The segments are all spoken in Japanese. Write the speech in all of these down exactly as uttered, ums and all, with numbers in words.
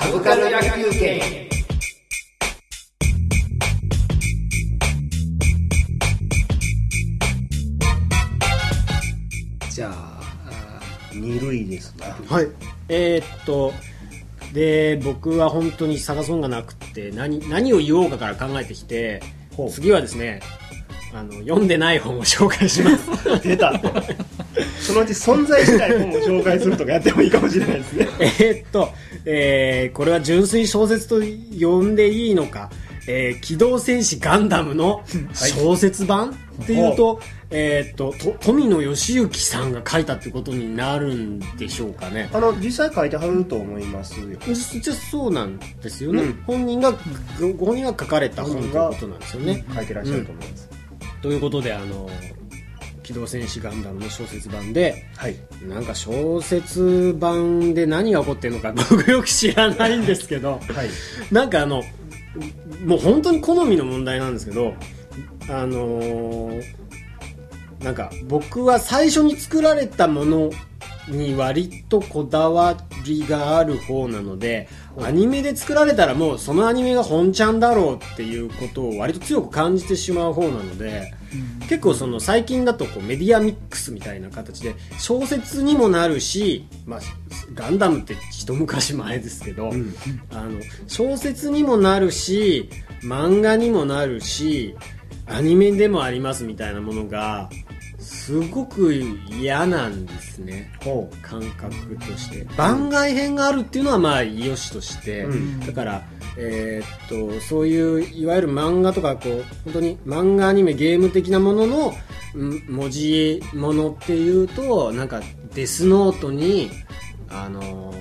サブカル野球券。 じゃあに塁ですな。 はい。えー、っとで僕は本当に探そうがなくて 何, 何を言おうかから考えてきて、次はですね、あの読んでない本を紹介します出たそのうち存在しない本を紹介するとかやってもいいかもしれないですねえーっと、えー、これは純粋小説と呼んでいいのか、えー、機動戦士ガンダムの小説版、はい、っていうと、えー、っとと富野義行さんが書いたってことになるんでしょうかね。 あの実際書いてはると思いますよ。 実はそうなんですよね、うん、本人がご本人が書かれた本ということなんですよね、 うん、書いてらっしゃると思います、 うん、ということであの機動戦士ガンダムの小説版で、はい、なんか小説版で何が起こってるのか僕よく知らないんですけど、はい、なんかあのもう本当に好みの問題なんですけど、あのー、なんか僕は最初に作られたものに割とこだわりがある方なので、アニメで作られたらもうそのアニメが本ちゃんだろうっていうことを割と強く感じてしまう方なので、うん、結構その最近だとこうメディアミックスみたいな形で小説にもなるし、まあ、ガンダムって一昔前ですけど、うん、あの小説にもなるし漫画にもなるしアニメでもありますみたいなものがすごく嫌なんですね、感覚として。番外編があるっていうのはまあよしとして、うん、だから、えー、っとそういういわゆる漫画とかこう本当に漫画アニメゲーム的なものの文字ものっていうとなんかデスノートにあの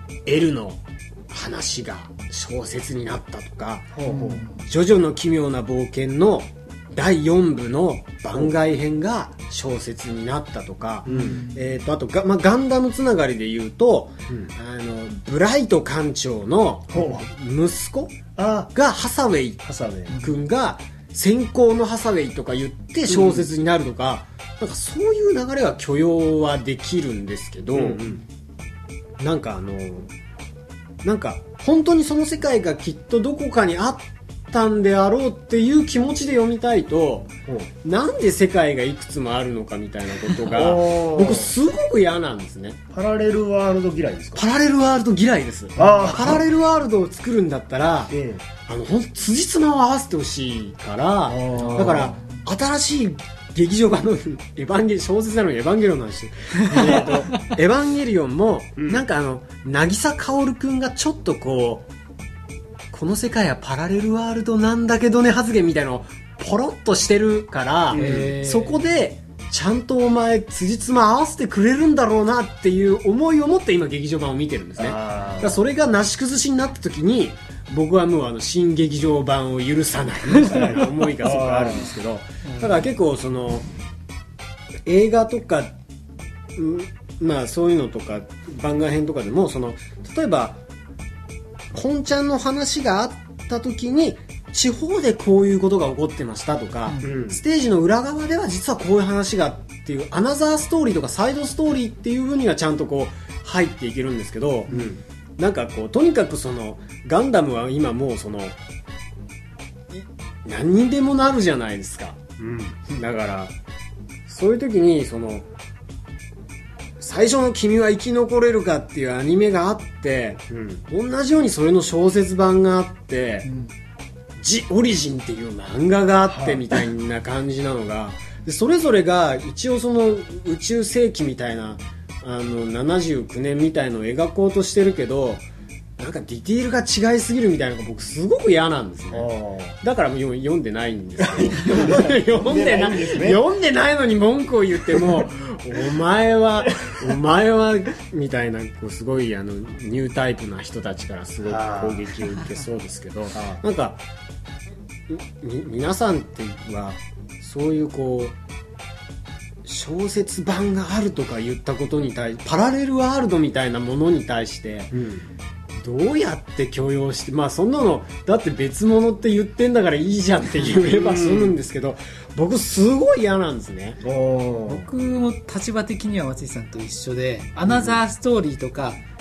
L の話が小説になったとか、ほうほうジョジョの奇妙な冒険のだいよんぶの番外編が小説になったとか、うん、えー、とあとガ、まあ、ガンダムつながりで言うと、うん、あのブライト艦長の息子がハサウェイ君が先行のハサウェイとか言って小説になるとか、うん、なんかそういう流れは許容はできるんですけど、うんうん、なんかあのなんか本当にその世界がきっとどこかにあってたんであろうっていう気持ちで読みたいと、なんで世界がいくつもあるのかみたいなことが僕すごく嫌なんですね。 パラレルワールド嫌いですか？ パラレルワールド嫌いです。パラレルワールドを作るんだったら、ええ、あのほんと辻褄を合わせてほしいから、だから新しい劇場版のエヴァンゲリ小説なのにエヴァンゲリオンの話えーとエヴァンゲリオンも、うん、なんかあの渚カオルくんがちょっとこうこの世界はパラレルワールドなんだけどね発言みたいなのをポロッとしてるから、そこでちゃんとお前辻褄合わせてくれるんだろうなっていう思いを持って今劇場版を見てるんですね。だからそれがなし崩しになった時に僕はもうあの新劇場版を許さないみたいな思いがすごくあるんですけどだから結構その映画とか、まあそういうのとか番外編とかでもその例えば本ちゃんの話があった時に地方でこういうことが起こってましたとか、うん、ステージの裏側では実はこういう話がっていうアナザーストーリーとかサイドストーリーっていう風にはちゃんとこう入っていけるんですけど、うん、なんかこうとにかくそのガンダムは今もうその何にでもなるじゃないですか、うん、だからそういう時にその最初の君は生き残れるかっていうアニメがあって、うん、同じようにそれの小説版があって、うん、ジ・オリジンっていう漫画があってみたいな感じなのがでそれぞれが一応その宇宙世紀みたいなあのななじゅうきゅうねんみたいのを描こうとしてるけどなんかディティールが違いすぎるみたいなのが僕すごく嫌なんですね。だからもう読んでないんですよ読んでない、ね、読んでないのに文句を言ってもお前はお前はみたいなこうすごいあのニュータイプな人たちからすごく攻撃を受けそうですけどなんかみ皆さんってはそういうこう小説版があるとか言ったことに対してパラレルワールドみたいなものに対して、うんどうやって許容してまあそんなのだって別物って言ってんだからいいじゃんって言えば済むんですけど僕すごい嫌なんですね。 僕も立場的には松井さんと一緒でアナザーストーリーとか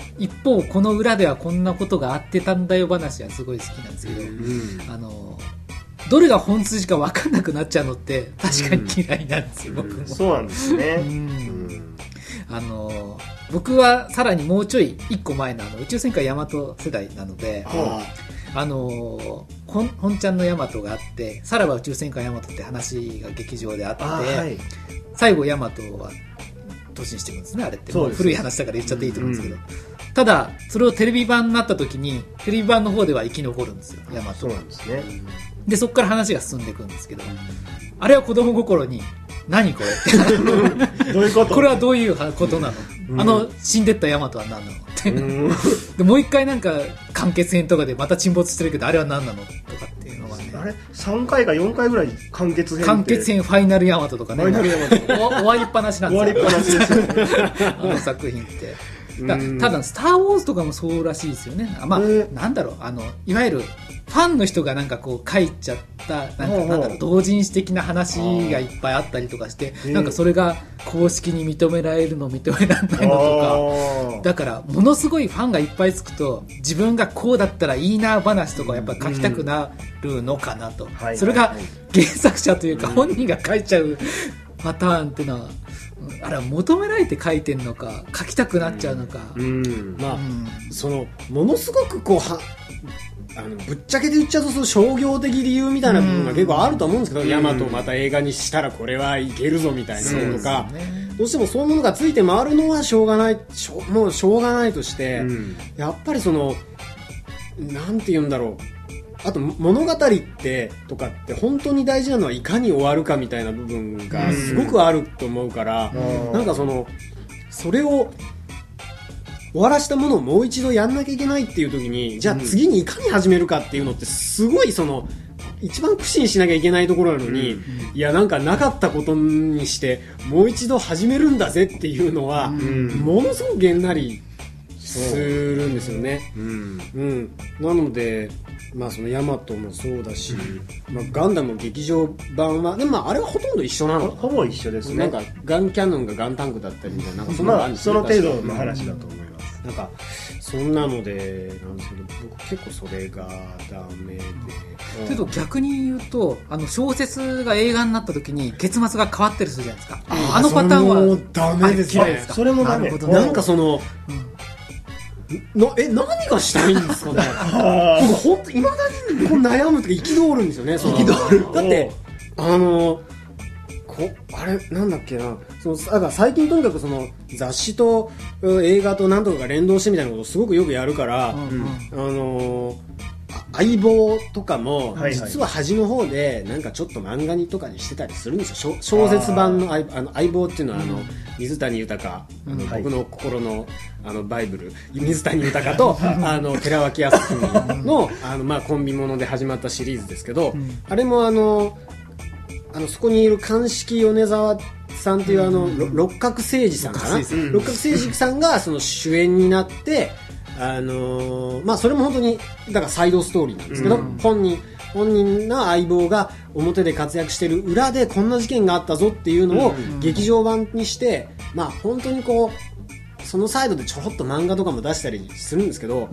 一方この裏ではこんなことがあってたんだよ話はすごい好きなんですけど、うん、あのどれが本筋か分かんなくなっちゃうのって確かに嫌いなんですよ、うん、僕も。 そうなんですね、うんうんあの僕はさらにもうちょいいっこまえのあの宇宙戦艦ヤマト世代なので、ああの本, 本ちゃんのヤマトがあってさらば宇宙戦艦ヤマトって話が劇場であって、はい、最後ヤマトは突進していくんですね。あれってもう古い話だから言っちゃっていいと思うんですけど、うん、ただそれをテレビ版になった時にテレビ版の方では生き残るんですよヤマト。 そうなんですね。 でそこから話が進んでいくんですけど、あれは子供心に何これってどういうことこれはどういうことなの、うん、あの死んでったヤマトは何なのってでもう一回なんか完結編とかでまた沈没してるけどあれは何なのとかっていうのはね、 あれさんかいかよんかいぐらい完結編って完結編ファイナルヤマトとかね、ファイナルヤマト終わりっぱなしなんですよ終わりっぱなしですよねあの作品ってだただスターウォーズとかもそうらしいですよね。まあ、なんだろうあのいわゆるファンの人がなんかこう書いちゃったなんかなんだろう同人誌的な話がいっぱいあったりとかしてなんかそれが公式に認められるの認められないのとかだからものすごいファンがいっぱいつくと自分がこうだったらいいな話とかやっぱ書きたくなるのかなと、うん、それが原作者というか本人が書いちゃうパターンっていうのはあれは求められて書いてるのか書きたくなっちゃうのか、 うんうんまあうん、そのものすごくこうはあのぶっちゃけで言っちゃうとその商業的理由みたいな部分が結構あると思うんですけど、うん、ヤマトをまた映画にしたらこれはいけるぞみたいなのとか、うんね、どうしてもそういうものがついて回るのはしょうがないしょもうしょうがないとして、うん、やっぱりそのなんて言うんだろうあと物語ってとかって本当に大事なのはいかに終わるかみたいな部分がすごくあると思うから、うん、なんかそのそれを終わらしたものをもう一度やんなきゃいけないっていう時にじゃあ次にいかに始めるかっていうのってすごいその一番苦心しなきゃいけないところなのに、うん、いやなんかなかったことにしてもう一度始めるんだぜっていうのは、うん、ものすごくげんなりするんですよね、うんうん、なのでまあそのヤマトもそうだし、まあ、ガンダム劇場版はでもまああれはほとんど一緒なのほぼ一緒ですね。 なんかガンキャノンがガンタンクだったりみたいな、なんかその、まあ、その程度の話だと思います。 なんかそんなのでなんですけど僕結構それがダメでけど逆に言うとあの小説が映画になった時に結末が変わったりするじゃないですか。 あ, あのパターンはダメですね。 それもダメ。 なるほど、 ね、なんかその、うんなえ何がしたいんですかね僕本当いまだにこう悩むとか憤るんですよね。憤るだってあのこあれなんだっけなそのだから最近とにかくその雑誌と映画と何とかが連動してみたいなことをすごくよくやるから、うんうん、あの相棒とかも実は端の方でなんかちょっと漫画にとかにしてたりするんですよ。小説版の 相, あの相棒っていうのはあの、うん、水谷豊あの、はい、僕の心のあのバイブル水谷豊とあの寺脇康文のあの、まあ、コンビもので始まったシリーズですけど、うん、あれもあのあのそこにいる鑑識米沢さんというあの、うん、六角誠治さんかな、うん、六角誠治さんがその主演になってあのー、まあそれも本当にだからサイドストーリーなんですけど、うん、本人本人の相棒が表で活躍してる裏でこんな事件があったぞっていうのを劇場版にして、まあ本当にこうそのサイドでちょろっと漫画とかも出したりするんですけど、うん、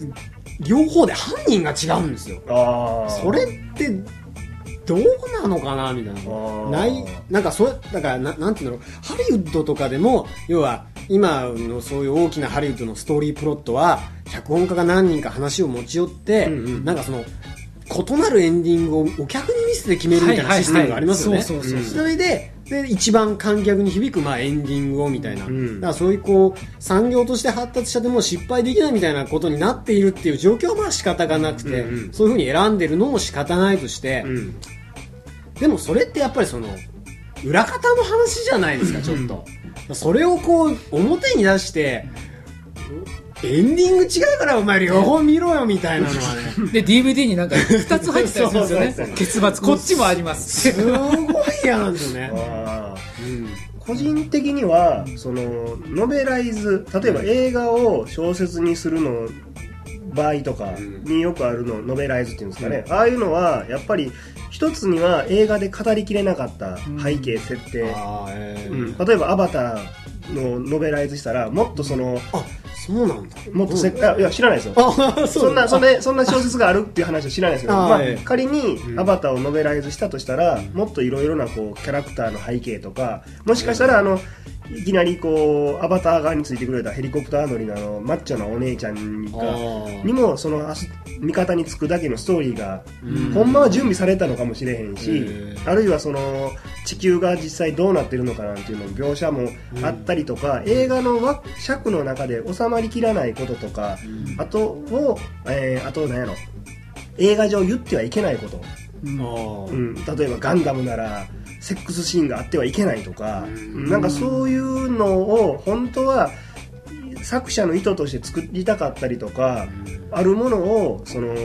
両方で犯人が違うんですよ。あそれってどうなのかなみたいなないなんかそれだから な, なんていうのハリウッドとかでも要は今のそういう大きなハリウッドのストーリープロットは脚本家が何人か話を持ち寄って、うんうん、なんかその異なるエンディングをお客に見せて決めるみたいなシステムがありますよね。それでで一番観客に響くまあエンディングをみたいな、うん、だからそういうこう産業として発達したでも失敗できないみたいなことになっているっていう状況はまあ仕方がなくて、うんうん、そういう風に選んでるのも仕方ないとして、うん、でもそれってやっぱりその裏方の話じゃないですかちょっと、うん、それをこう表に出してエンディング違うからお前両方見ろよみたいなのはねで ディーブイディー になんかふたつ入ってたりするんですよね結末こっちもありますすごい嫌なんですよねあ、 うん、個人的にはそのノベライズ例えば映画を小説にするの場合とかによくあるのノベライズっていうんですかね、うん、ああいうのはやっぱり一つには映画で語りきれなかった背景、うん、設定、あ、えーうん、例えばアバターのノベライズしたらもっとそのそうなんだ。 もっとせっかいや知らないですよ。 あそんなそんなそんな小説があるっていう話は知らないですけど、まああ、ええ、 仮にアバターをノベライズしたとしたら、もっといろいろなこうキャラクターの背景とか、もしかしたらあのいきなりこうアバター側についてくれたヘリコプター乗りのあのマッチョなお姉ちゃんがにもその味方につくだけのストーリーが、 うん、 ほんまは準備されたのかもしれへんし、 えあるいはその地球が実際どうなってるのかなんていうのの描写もあったりとか、うん、映画の尺の中で収まりきらないこととか、うん、あとを、えー、あと何やろ映画上言ってはいけないこと、うん、例えばガンダムならセックスシーンがあってはいけないとか、うん、なんかそういうのを本当は作者の意図として作りたかったりとか、うん、あるものをその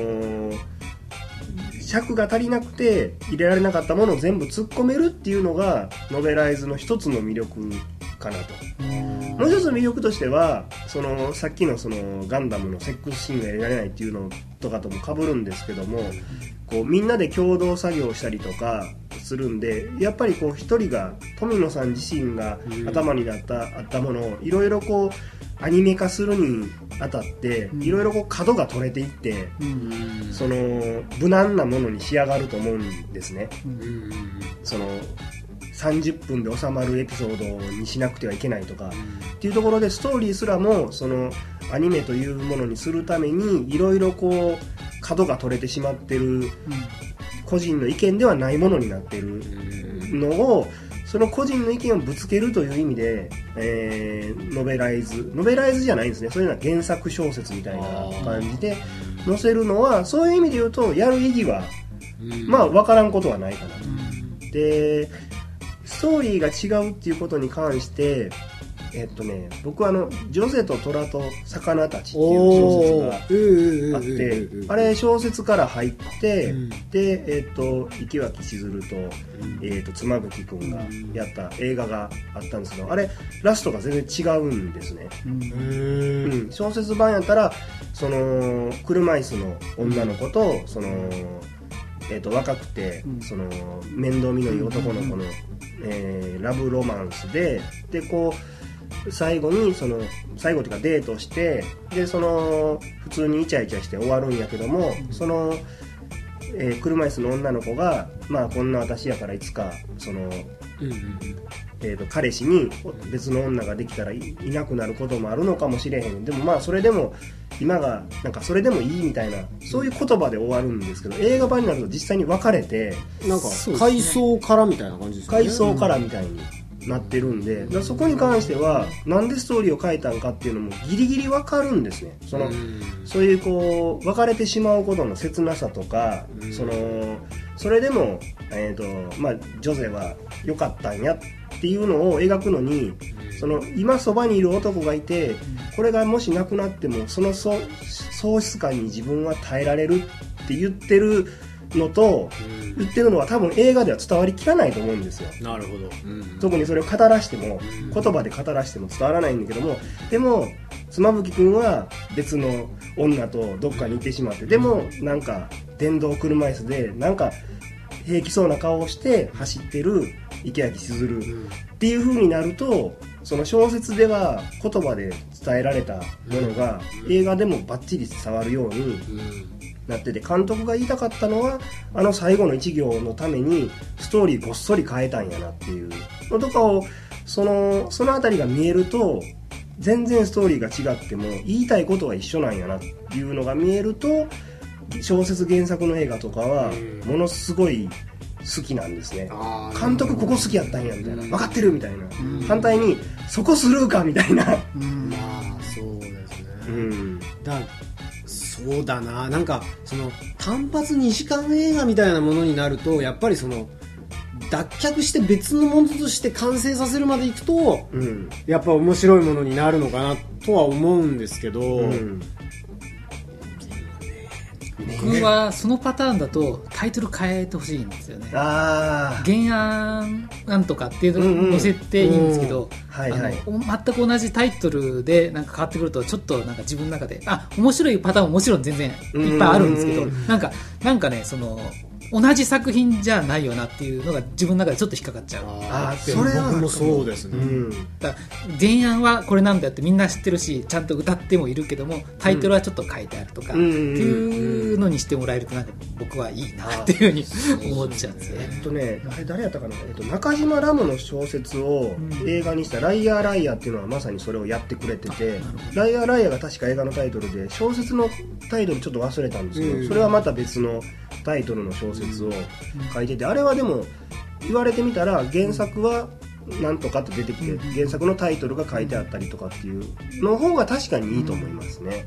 尺が足りなくて入れられなかったものを全部突っ込めるっていうのがノベライズの一つの魅力かなと。もう一つの魅力としてはそのさっきのそのガンダムのセックスシーンが入れられないっていうのとかとも被るんですけども、こうみんなで共同作業したりとかするんで、やっぱりこう一人が富野さん自身が頭になった、うん、あったものをいろいろこうアニメ化するにあたっていろいろこう角が取れていって、うん、その無難なものに仕上がると思うんですね、うん、そのさんじゅっぷんで収まるエピソードにしなくてはいけないとか、うん、っていうところでストーリーすらもそのアニメというものにするためにいろいろこう角が取れてしまってる、うん、個人の意見ではないものになってるのを、その個人の意見をぶつけるという意味で、えー、ノベライズノベライズじゃないんですね、そういうのは原作小説みたいな感じで載せるのは、そういう意味で言うとやる意義は、うん、まあ分からんことはないかなと、うん、でストーリーが違うっていうことに関してえっとね、僕はあのジョゼと虎と魚たちっていう小説があって、あれ小説から入って、うん、で、えっと池脇しずると、うん、えっと妻夫木くんがやった映画があったんですけど、あれラストが全然違うんですね、うん、小説版やったらその車椅子の女の子とその、えー、と若くて、うん、その面倒見のいい男の子の、えー、ラブロマンスで、でこう最後にその最後というかデートしてでその普通にイチャイチャして終わるんやけども、うん、その、えー、車椅子の女の子がまあこんな私やからいつかその、うんうんえー、と彼氏に別の女ができたら い, いなくなることもあるのかもしれへん、でもまあそれでも今がなんかそれでもいいみたいなそういう言葉で終わるんですけど、映画版になると実際に別れてなんか回想からみたいな感じですよね、 回想からみたいになってるんで、だそこに関してはなんでストーリーを書いたんかっていうのもギリギリ分かるんですね。そのそういうこう別れてしまうことの切なさとか、そのそれでも、えーとまあ、ジョゼは良かったんやっていうのを描くのに、その今そばにいる男がいてこれがもしなくなってもその喪失感に自分は耐えられるって言ってるのと、うん、言ってるのは多分映画では伝わりきらないと思うんですよ。 なるほど、うん、 特にそれを語らしても、うん、言葉で語らしても伝わらないんだけども、でも妻夫木君は別の女とどっかに行ってしまって、でもなんか電動車椅子でなんか平気そうな顔をして走ってる池脇しずるっていう風になると、その小説では言葉で伝えられたものが映画でもバッチリ伝わるようになってて、監督が言いたかったのはあの最後の一行のためにストーリーごっそり変えたんやなっていうのとかを、そのそのあたりが見えると全然ストーリーが違っても言いたいことは一緒なんやなっていうのが見えると、小説原作の映画とかはものすごい好きなんですね。監督ここ好きやったんやみたいな、分かってるみたいな、反対にそこスルーかみたいな、まあそうですね、 うん、 だそうだな、なんかその単発にじかん映画みたいなものになるとやっぱりその脱却して別のものとして完成させるまでいくと、うん、やっぱ面白いものになるのかなとは思うんですけど、うん、 僕はそのパターンだとタイトル変えてほしいんですよね。 あ原案なんとかっていうのを載せていいんですけど、全く同じタイトルでなんか変わってくるとちょっとなんか自分の中であ面白いパターンももちろん全然いっぱいあるんですけど、なんかなんかねその同じ作品じゃないよなっていうのが自分の中でちょっと引っかかっちゃう。 ああ、それは僕もそうですね、うん、 だ原案はこれなんだよってみんな知ってるしちゃんと歌ってもいるけどもタイトルはちょっと書いてあるとか、うん、っていうのにしてもらえるとなんか僕はいいなっていうふうに思っちゃうんですね。 えっとねあれ誰やったかな、えっと、中島ラムの小説を映画にしたライアーライアーっていうのはまさにそれをやってくれてて、ライアーライアーが確か映画のタイトルで小説のタイトルちょっと忘れたんですけど、うん、それはまた別のタイトルの小説を書いてて、あれはでも言われてみたら原作はなんとかって出てきて原作のタイトルが書いてあったりとかっていうの方が確かにいいと思いますね。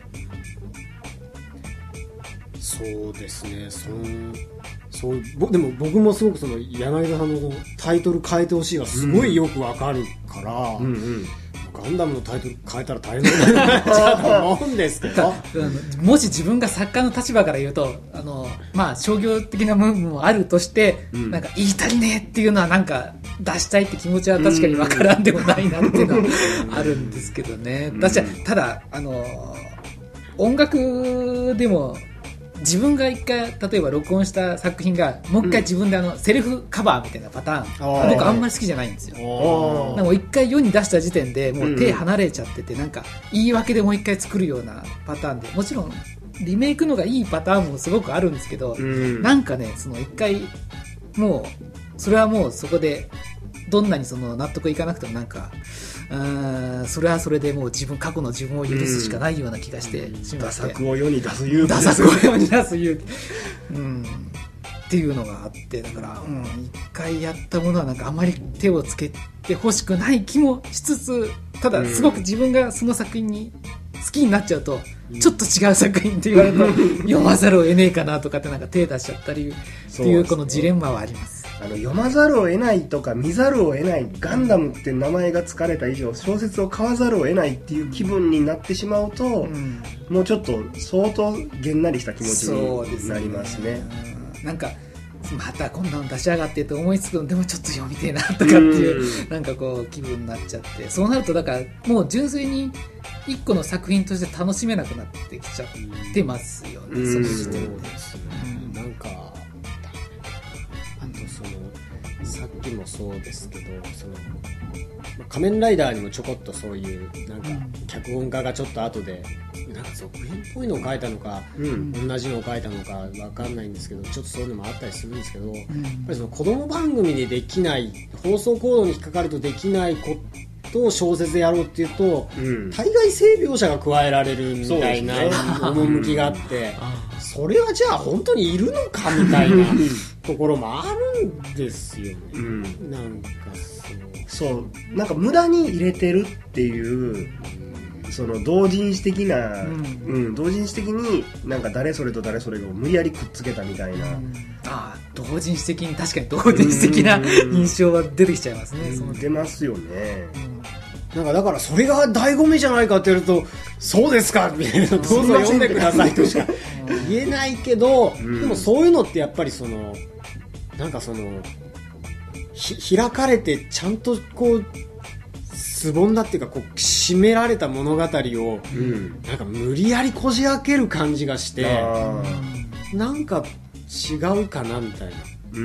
そうですね、そうそうでも僕もすごくその柳田さんのタイトル変えてほしいがすごいよくわかるから、うんうんうん、ガンダムのタイトル変えたら大変なことになっちゃうと思うんですけどもし自分が作家の立場から言うとあの、まあ、商業的な部分もあるとして、うん、なんか言い足りねえっていうのはなんか出したいって気持ちは確かにわからんでもないなっていうのはあるんですけどね。私はただあの音楽でも自分が一回例えば録音した作品がもう一回自分であの、うん、セルフカバーみたいなパターン僕あんまり好きじゃないんですよ。なんか一回世に出した時点でもう手離れちゃってて、うん、なんか言い訳でもう一回作るようなパターンでもちろんリメイクのがいいパターンもすごくあるんですけど、うん、なんかねその一回もうそれはもうそこでどんなにその納得いかなくてもなんかあそれはそれでもう自分過去の自分を許すしかないような気がしてしまって、 ダ作を世に出す勇気ダ作を世に出す勇気、うん、っていうのがあってだから、うん、一回やったものはなんかあまり手をつけてほしくない気もしつつただすごく自分がその作品に好きになっちゃうと、うん、ちょっと違う作品って言われると読まざるを得ねえかなとかってなんか手出しちゃったりっていうこのジレンマはあります。 あの読まざるを得ないとか見ざるを得ないガンダムって名前がつかれた以上小説を買わざるを得ないっていう気分になってしまうと、うん、もうちょっと相当げんなりした気持ちになりますね。 なんかまたこんなの出しやがってと思いつくのでもちょっと読みてえなとかっていう、うん、なんかこう気分になっちゃってそうなるとだからもう純粋に一個の作品として楽しめなくなってきちゃってますよね、うん、その時点で、うんうん、なんかあとそのさっきもそうですけどその、まあ、仮面ライダーにもちょこっとそういうなんか脚本家がちょっと後でなんか続編っぽいのを書いたのか、うん、同じのを書いたのか分かんないんですけどちょっとそういうのもあったりするんですけど、うん、やっぱりその子供番組でできない放送コードに引っかかるとできないことを小説でやろうっていうと、うん、大概性描写が加えられるみたいな趣があってそれはじゃあ本当にいるのかみたいなところもあるんですよね、うん、なんかそうそうなんか無駄に入れてるっていうその同人誌的な、うんうん、同人誌的になんか誰それと誰それを無理やりくっつけたみたいな、うん、 ああ同人誌的に確かに同人誌的な印象は出てきちゃいますね、うん、 その出ますよね、 うん、なんかだからそれが醍醐味じゃないかって言うとそうですかみたいなどうぞ読んでくださいとしか言えないけど、うん、でもそういうのってやっぱりそのなんかそのひ開かれてちゃんとこうすぼんだっていうかこう締められた物語を、うん、なんか無理やりこじ開ける感じがしてなんか違うかなみたいな、うん、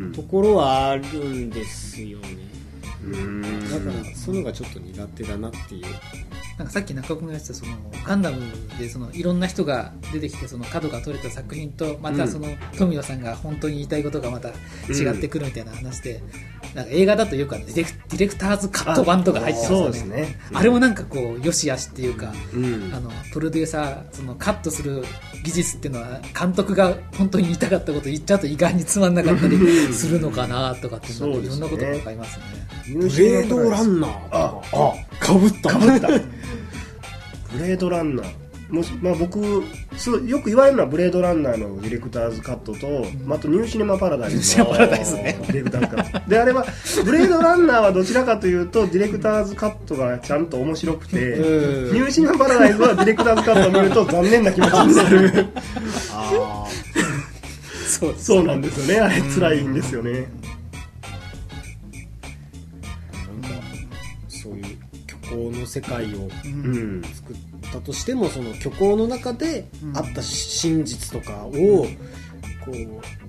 ところはあるんですよね。うんだからそういうのがちょっと苦手だなっていう。 なんかさっき中岡が言ってたそのガンダムでそのいろんな人が出てきてその角が取れた作品とまたその富野さんが本当に言いたいことがまた違ってくるみたいな話で、うん、なんか映画だとよくあのディレク、ディレクターズカット版とか入ってますよね。 あ, そうですね、うん、あれもなんかこうよしあしっていうか、うん、あのプロデューサーそのカットする技術っていうのは監督が本当に言いたかったこと言っちゃうと意外につまんなかったりするのかなとかっていうのいろんなことが分かりますね。 ブレードランナーああかぶったかぶったブレードランナーもし、まあ、僕よく言われるのはブレードランナーのディレクターズカットと、うん、あとニューシネマパラダイスのディレクターズカットであれはブレードランナーはどちらかというとディレクターズカットがちゃんと面白くてニューシネマパラダイスはディレクターズカットを見ると残念な気持ちになるあそう、そうなんですよね。あれ辛いんですよね。 虚構の世界を作ったとしてもその虚構の中であった真実とかをこう虚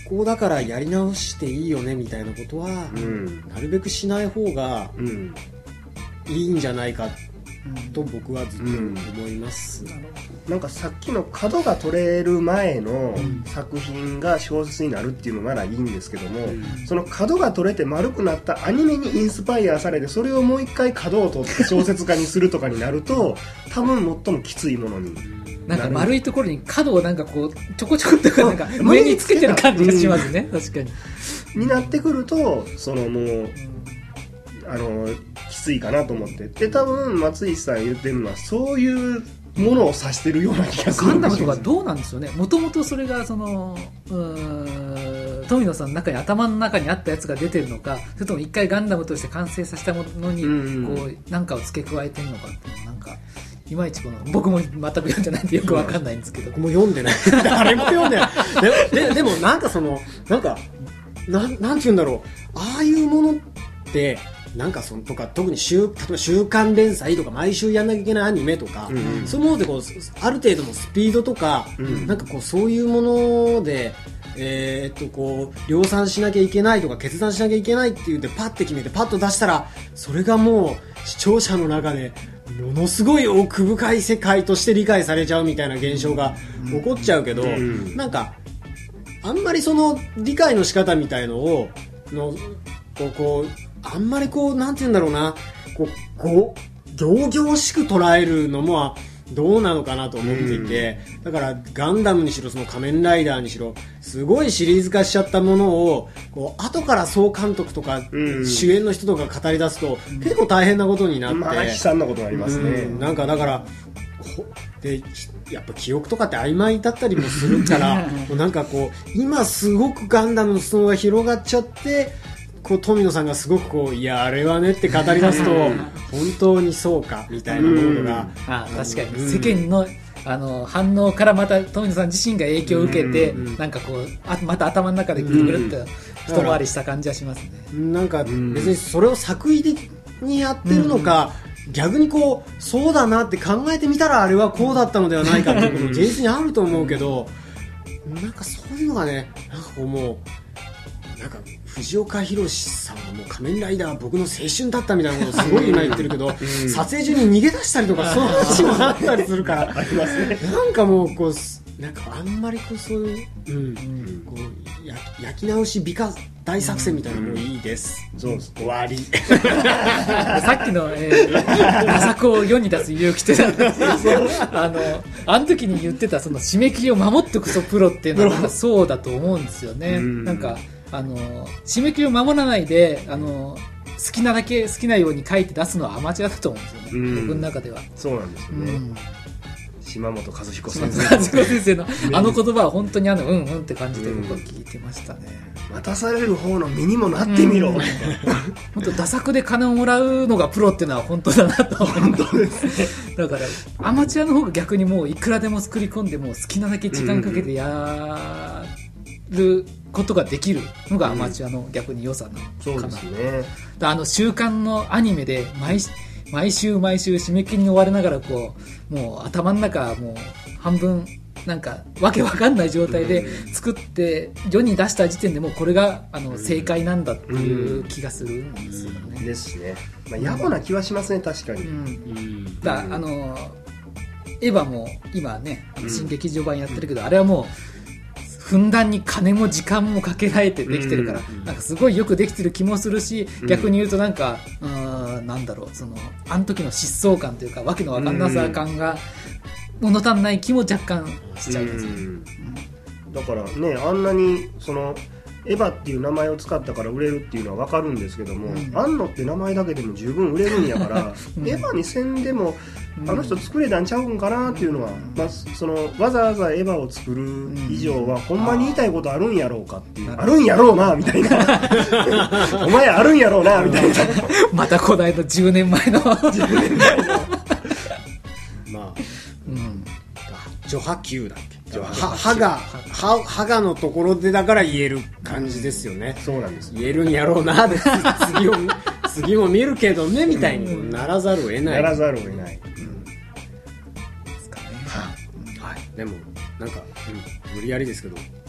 こだからやり直していいよねみたいなことは、うん、なるべくしない方がいいんじゃないかと僕はずっと思います、うんうん、なんかさっきの角が取れる前の作品が小説になるっていうのならいいんですけども、うん、その角が取れて丸くなったアニメにインスパイアされてそれをもう一回角を取って小説家にするとかになると多分最もきついものになんか丸いところに角をなんかこうちょこちょこっとなんか上につけてる感じがしますね、うん、確かにになってくるとそのもう、うん、あのきついかなと思ってで多分松井さん言ってるのはそういうものを指してるような気がする。 ガンダムとかどうなんですよね。もともとそれがそのうーん富野さんの中に頭の中にあったやつが出てるのかそれとも一回ガンダムとして完成させたものにこう何かを付け加えてるのかっていうのなんかいまいちこの僕も全く読んでないんでよくわかんないんですけど、 僕も読んでない誰も読んでないで, で, でもなんかそのなんかな ん, なんて言うんだろうああいうものってなんかそのとか特に週例えば週刊連載とか毎週やんなきゃいけないアニメとか、うんうん、そういうものでこうある程度のスピードとか、うん、なんかこうそういうものでえー、っとこう量産しなきゃいけないとか決断しなきゃいけないっていうんでパッて決めてパッと出したらそれがもう視聴者の中でものすごい奥深い世界として理解されちゃうみたいな現象が起こっちゃうけど、うん、なんかあんまりその理解の仕方みたいのをのこうこうあんまりこうなんて言うんだろうなこうこう仰々しく捉えるのもどうなのかなと思っていて、うん、だからガンダムにしろその仮面ライダーにしろすごいシリーズ化しちゃったものをこう後から総監督とか主演の人とか語り出すと、うん、結構大変なことになって、まあ、 悲惨なことがありますね、 うん、なんかだからでやっぱ記憶とかって曖昧だったりもするからもうなんかこう今すごくガンダムの裾野が広がっちゃってこう富野さんがすごくこういやあれはねって語り出すと本当にそうかみたいなものが、うん、 あ確かに世間の、あの反応からまた富野さん自身が影響を受けて、うん、なんかこうあまた頭の中でぐるぐるっと一回りした感じはしますね、 うん、なんか別にそれを作為的にやってるのか、うん、逆にこうそうだなって考えてみたらあれはこうだったのではないかっていうことも現実にあると思うけどなんかそういうのがねなんかこうもうなんか藤岡弘さんはもう仮面ライダーは僕の青春だったみたいなことをすごい今言ってるけど、うん、撮影中に逃げ出したりとかそういう話もあったりするからありますね。 なんかもうこうなんかあんまりこうそういう、うんうん、こうや焼き直し美化大作戦みたいなのもいいです、 うん、そうです終わりさっきの、えー、ダサを世に出す勇気ってあのあの時に言ってたその締め切りを守ってこそプロっていうのはそうだと思うんですよね、うん、なんかあの締め切りを守らないであの好きなだけ好きなように書いて出すのはアマチュアだと思うんですよね、うん、僕の中ではそうなんですよね、うん、島本和彦先生和彦先生のあの言葉は本当にあのうんうんって感じで僕は聞いてましたね、 うん、待たされる方の身にもなってみろ、うん、 本当ダ作で金をもらうのがプロっていうのは本当だなと思本当ですねだからアマチュアの方が逆にもういくらでも作り込んでもう好きなだけ時間かけてやることができるのがアマチュアの逆に良さなのかな、 そうですね。 あの週刊のアニメで毎毎週毎週締め切りに追われながらこうもう頭の中もう半分なんかわけわかんない状態で作って世に出した時点でもうこれがあの正解なんだっていう気がするんですよね。 ですね。まあ、野暮な気はしますね、確かに。うんうん、だあのエヴァも今ね新劇場版やってるけど、うん、あれはもうふんだんに金も時間もかけられてできてるから、うん、なんかすごいよくできてる気もするし、うん、逆に言うとなんかうーんなんだろうそのあの時の疾走感というかわけのわかんなさ感が物足んない気も若干しちゃいますね、うん、 だからねあんなにそのエヴァっていう名前を使ったから売れるっていうのは分かるんですけども、うん、安野って名前だけでも十分売れるんやから、うん、エヴァにせんでもあの人作れたんちゃうんかなっていうのは、うんまあ、そのわざわざエヴァを作る以上は、うん、ほんまに言いたいことあるんやろうかっていう、あるんやろうなみたいなお前あるんやろうなみたいなまた古代のじゅうねんまえのじゅうねんまえのまあ、うん、序波球だっけ歯が歯歯がのところでだから言える感じですよね、 うん、そうなんです、ね、 言えるんやろうなで次を次も見るけどねみたいにならざるを得ない、 ならざるを得ない、うんですかね、はい、でもなんか、うん、無理やりですけど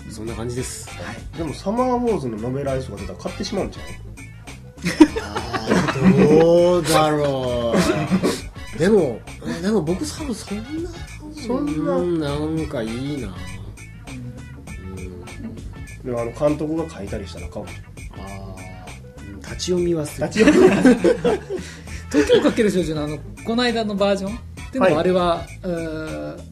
そんな感じです、 はい、でもサマーウォーズのノベライズとか出たら買ってしまうんちゃう？ どうだろうでもでも僕多分そんなそんななんかいいな、 うん、でもあの監督が書いたりしたら買う。 あ立ち読みはする。 立ち読み東京かける少女のあのこの間のバージョンでもあれは、はい、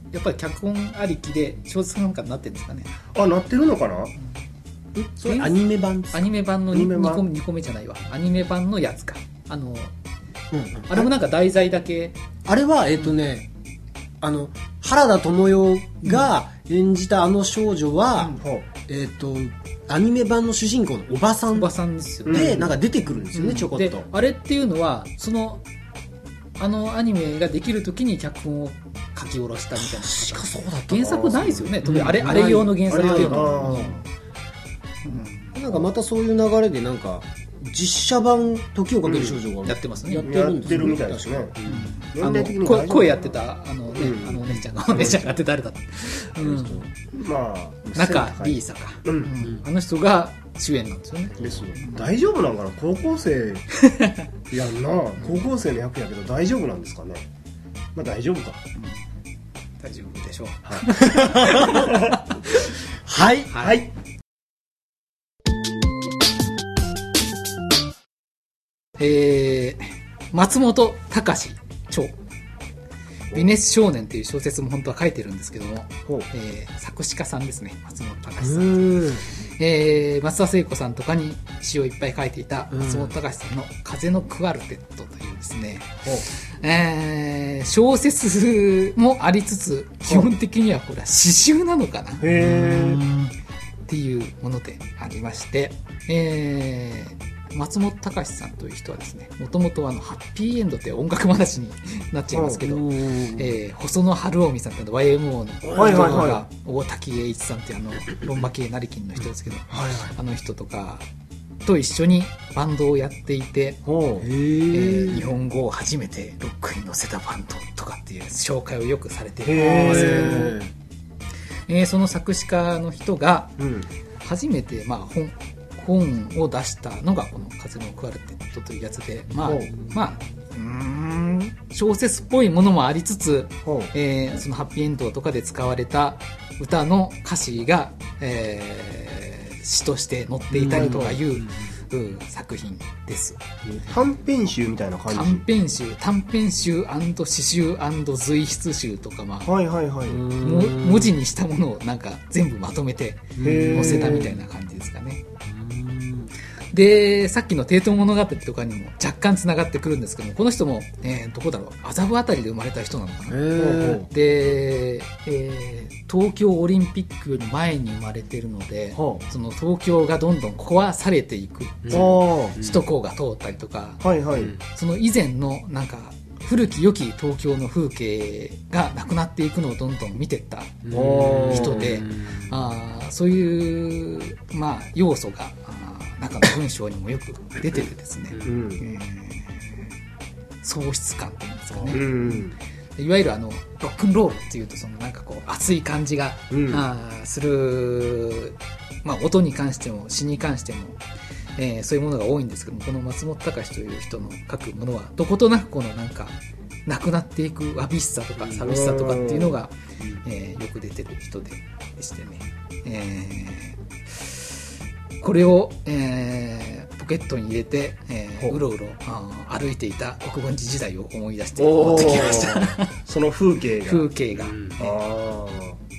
やっぱり脚本ありきで小説なんかになってるんですかね。 あ、なってるのかな。 それアニメ版ですか？ アニメ版の に, に, 個にこめじゃないわ。アニメ版のやつか。あの、うんうん、あれもなんか題材だけ。 あれはえっ、ー、とね、あの原田知世が演じたあの少女は、うん、えっ、ー、とアニメ版の主人公のおばさんおばさんですよね。でなんか出てくるんですよね、うん、ちょこっと。 であれっていうのはそのあのアニメができるときに脚本を書き下ろしたみたいな。 確かそうだった。 原作ないですよね。特にあれ、うん、あれ用の原作っていうのは。 うん、なんかまたそういう流れでなんか実写版時をかける少女が、うん、 やってますね。 やってるんですよ、ね、やってるみたいですね。 うん、あの 声, 声やってたあのね、うん、あのお姉ちゃんがお姉ちゃんがやって誰だった。うん、まあ中リーサか、うんうん、あの人が主演なんですよね。 ですよ。大丈夫なんかな、高校生やんな高校生の役やけど大丈夫なんですかね。まあ大丈夫か、 うん、大丈夫でしょう。 はい、 はい、 えー、松本隆著ビネス少年という小説も本当は書いてるんですけども、えー、作詞家さんですね、松本隆さん。えー、松田聖子さんとかに詩をいっぱい書いていた松本隆さんの風のクワルテットというですね、えー、小説もありつつ基本的にはこれは詩集なのかなっていうものでありまして、えー、松本隆さんという人はですね、もともとハッピーエンドって音楽話になっちゃいますけど、えー、細野晴臣さんって ワイエムオー の、はいはいはい、大滝栄一さんっていうあのロンバ系成金の人ですけど、はいはい、あの人とかと一緒にバンドをやっていて、えー、日本語を初めてロックに乗せたバンドとかっていう紹介をよくされていますけども、えー、その作詞家の人が初めて、まあ、本本を出したのがこの風のクワルテットというやつで、まあまあうーん小説っぽいものもありつつ、えー、そのハッピーエンドとかで使われた歌の歌詞が、えー、詩として載っていたりとかいう、うん、作品です。 短編集みたいな感じ。 短編集短編集&詩集&随筆集とか、まあ、はいはいはい、も文字にしたものをなんか全部まとめて載せたみたいな感じですかね。でさっきの帝東物語とかにも若干つながってくるんですけども、この人も、えー、どこだろう、麻布あたりで生まれた人なのかな。で、えー、東京オリンピックより前に生まれてるので、その東京がどんどん壊されていく、首都高が通ったりとか、はいはい、その以前のなんか古き良き東京の風景がなくなっていくのをどんどん見ていった人で、あそういう、まあ、要素が中の文章にもよく出ててですね、うんえー、喪失感っていうんですかね、うん、いわゆるあのロックンロールっていうとそのなんかこう熱い感じが、うん、あする、まあ、音に関しても詩に関しても、えー、そういうものが多いんですけども、この松本隆という人の書くものはどことなくこのなんかなくなっていくわびしさとか寂しさとかっていうのが、えー、よく出てる人でしてね、えーこれを、えー、ポケットに入れて、えー、うろうろ歩いていた国分寺時代を思い出して持ってきましたその風景が風景が、うん、あ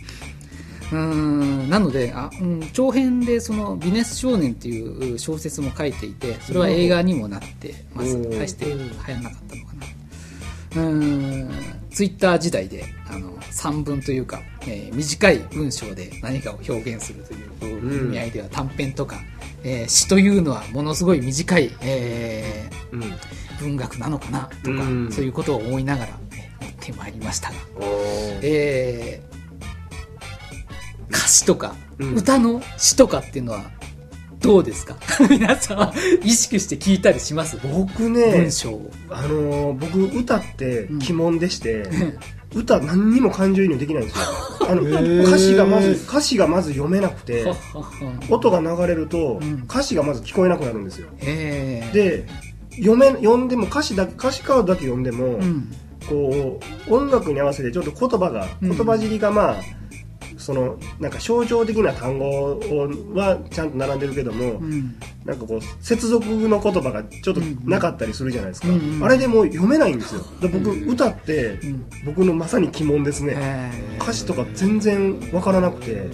うんなのであ、うん、長編でそのビネス少年っていう小説も書いていて、それは映画にもなってます。大して流行らなかったのかな。うんツイッター時代であのさんぶんというか、えー、短い文章で何かを表現するという意味合いでは短編とか、えー、詩というのはものすごい短い、えーうん、文学なのかなとか、うん、そういうことを思いながら、ね、持ってまいりましたが、えー、歌詞とか、うん、歌の詩とかっていうのはどうですか皆さんは意識して聞いたりします？ 僕ね、文章あのー、僕歌って鬼門でして、うん、 歌何にも感情移入できないんですよ。あの歌詞がまず歌詞がまず読めなくて音が流れると歌詞がまず聞こえなくなるんですよ。で読め読んでも歌詞だ歌詞カードだけ読んでも、うん、こう音楽に合わせてちょっと言葉が、うん、言葉尻がまあそのなんか象徴的な単語はちゃんと並んでるけども、うん、なんかこう接続の言葉がちょっとなかったりするじゃないですか、うんうん、あれでもう読めないんですよ。で僕、うん、歌って、うん、僕のまさに鬼門ですね。歌詞とか全然わからなくて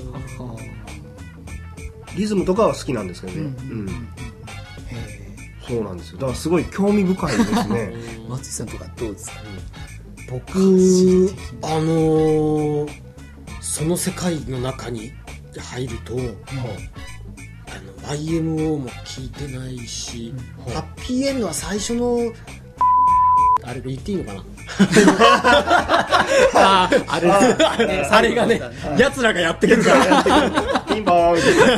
リズムとかは好きなんですけどね、うんうん、そうなんですよ。だからすごい興味深いですね。 松井さんとかどうですか？ 僕あのー、その世界の中に入ると、うん、あの ワイエムオー も聞いてないし、うん、ハッピーエンドは最初のあれで言っていいのかなあ, あ, れあ, れあれがね、奴らがやってくるからピンポーン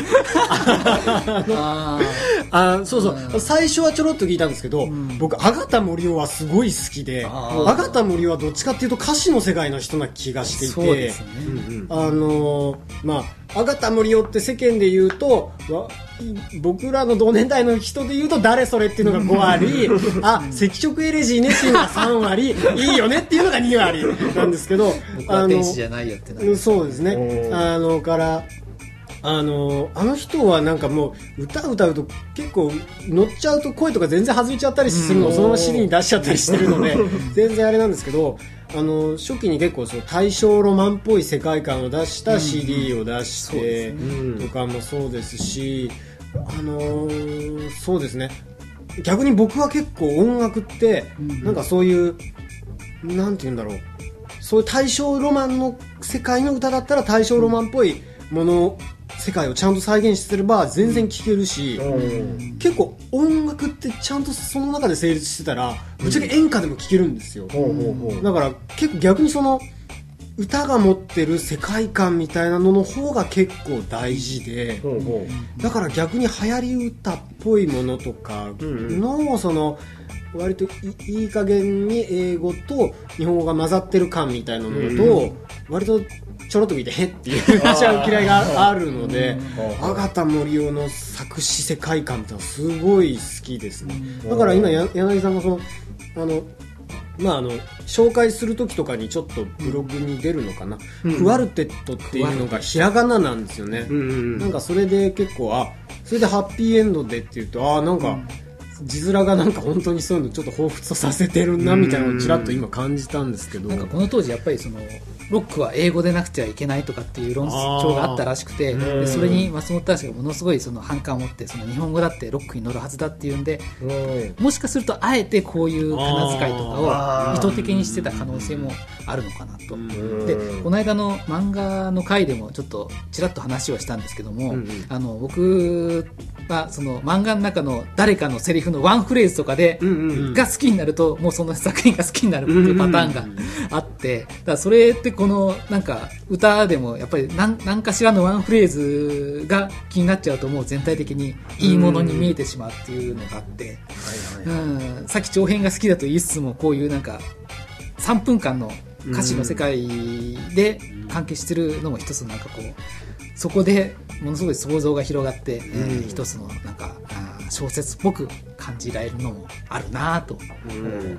ああそうそう、うん、最初はちょろっと聞いたんですけど、うん、僕アガタ森生はすごい好きで、アガタ森生はどっちかっていうと歌詞の世界の人な気がしていて、そうですね、うんうん、あのまあアガタ森生って世間で言うと僕らの同年代の人で言うと誰それっていうのがごわりあ、赤色エレジーねっていうのがさんわりいいよねっていうのがにわりなんですけど僕は天使じゃないよってなる。 そうですね。あのからあのあの人はなんかもう歌歌うと結構乗っちゃうと声とか全然外れちゃったりするのをそのまま尻に出しちゃったりしてるので全然あれなんですけど、あの初期に結構そう大正ロマンっぽい世界観を出した シーディー を出してとかもそうですし、あのー、そうですね。逆に僕は結構音楽ってなんかそういうなんて言うんだろう、そういう大正ロマンの世界の歌だったら大正ロマンっぽいもの世界をちゃんと再現してれば全然聴けるし、うん、結構音楽ってちゃんとその中で成立してたらぶっちゃけ演歌でも聴けるんですよ、うん、だから結構逆にその歌が持ってる世界観みたいなのの方が結構大事で、うん、だから逆に流行り歌っぽいものとかのその割と い, いい加減に英語と日本語が混ざってる感みたいなのと割とちょろっと見てへっていう私は嫌いがあるので、アガタ森生の作詞世界観ってのはすごい好きですね。だから今柳さんがそのあのまああの紹介する時とかにちょっとブログに出るのかな、うん、クワルテットっていうのがひらがななんですよね、うんうん、なんかそれで結構あそれでハッピーエンドでっていうとあなんか、うん字面がなんか本当にそういうのちょっと彷彿とさせてるなみたいなのをちらっと今感じたんですけど、 なんかこの当時やっぱりそのロックは英語でなくてはいけないとかっていう論調があったらしくて、でそれに松本隆がものすごいその反感を持ってその日本語だってロックに乗るはずだっていうんで、もしかするとあえてこういう仮名遣いとかを意図的にしてた可能性もあるのかなと。でこの間の漫画の回でもちょっとちらっと話をしたんですけども、うんうん、あの僕はその漫画の中の誰かのセリフのワンフレーズとかで、うんうん、が好きになるともうその作品が好きになるっていうパターンがあって、だからそれってこのなんか歌でもやっぱり 何, 何かしらのワンフレーズが気になっちゃうともう全体的にいいものに見えてしまうっていうのがあって、うん、うん、さっき長編が好きだと言いつつもこういうなんかさんぷんかんの歌詞の世界で関係してるのも一つなんかこうそこでものすごい想像が広がって、うん、えー、一つのなんか小説っぽく感じられるのもあるなと、うん、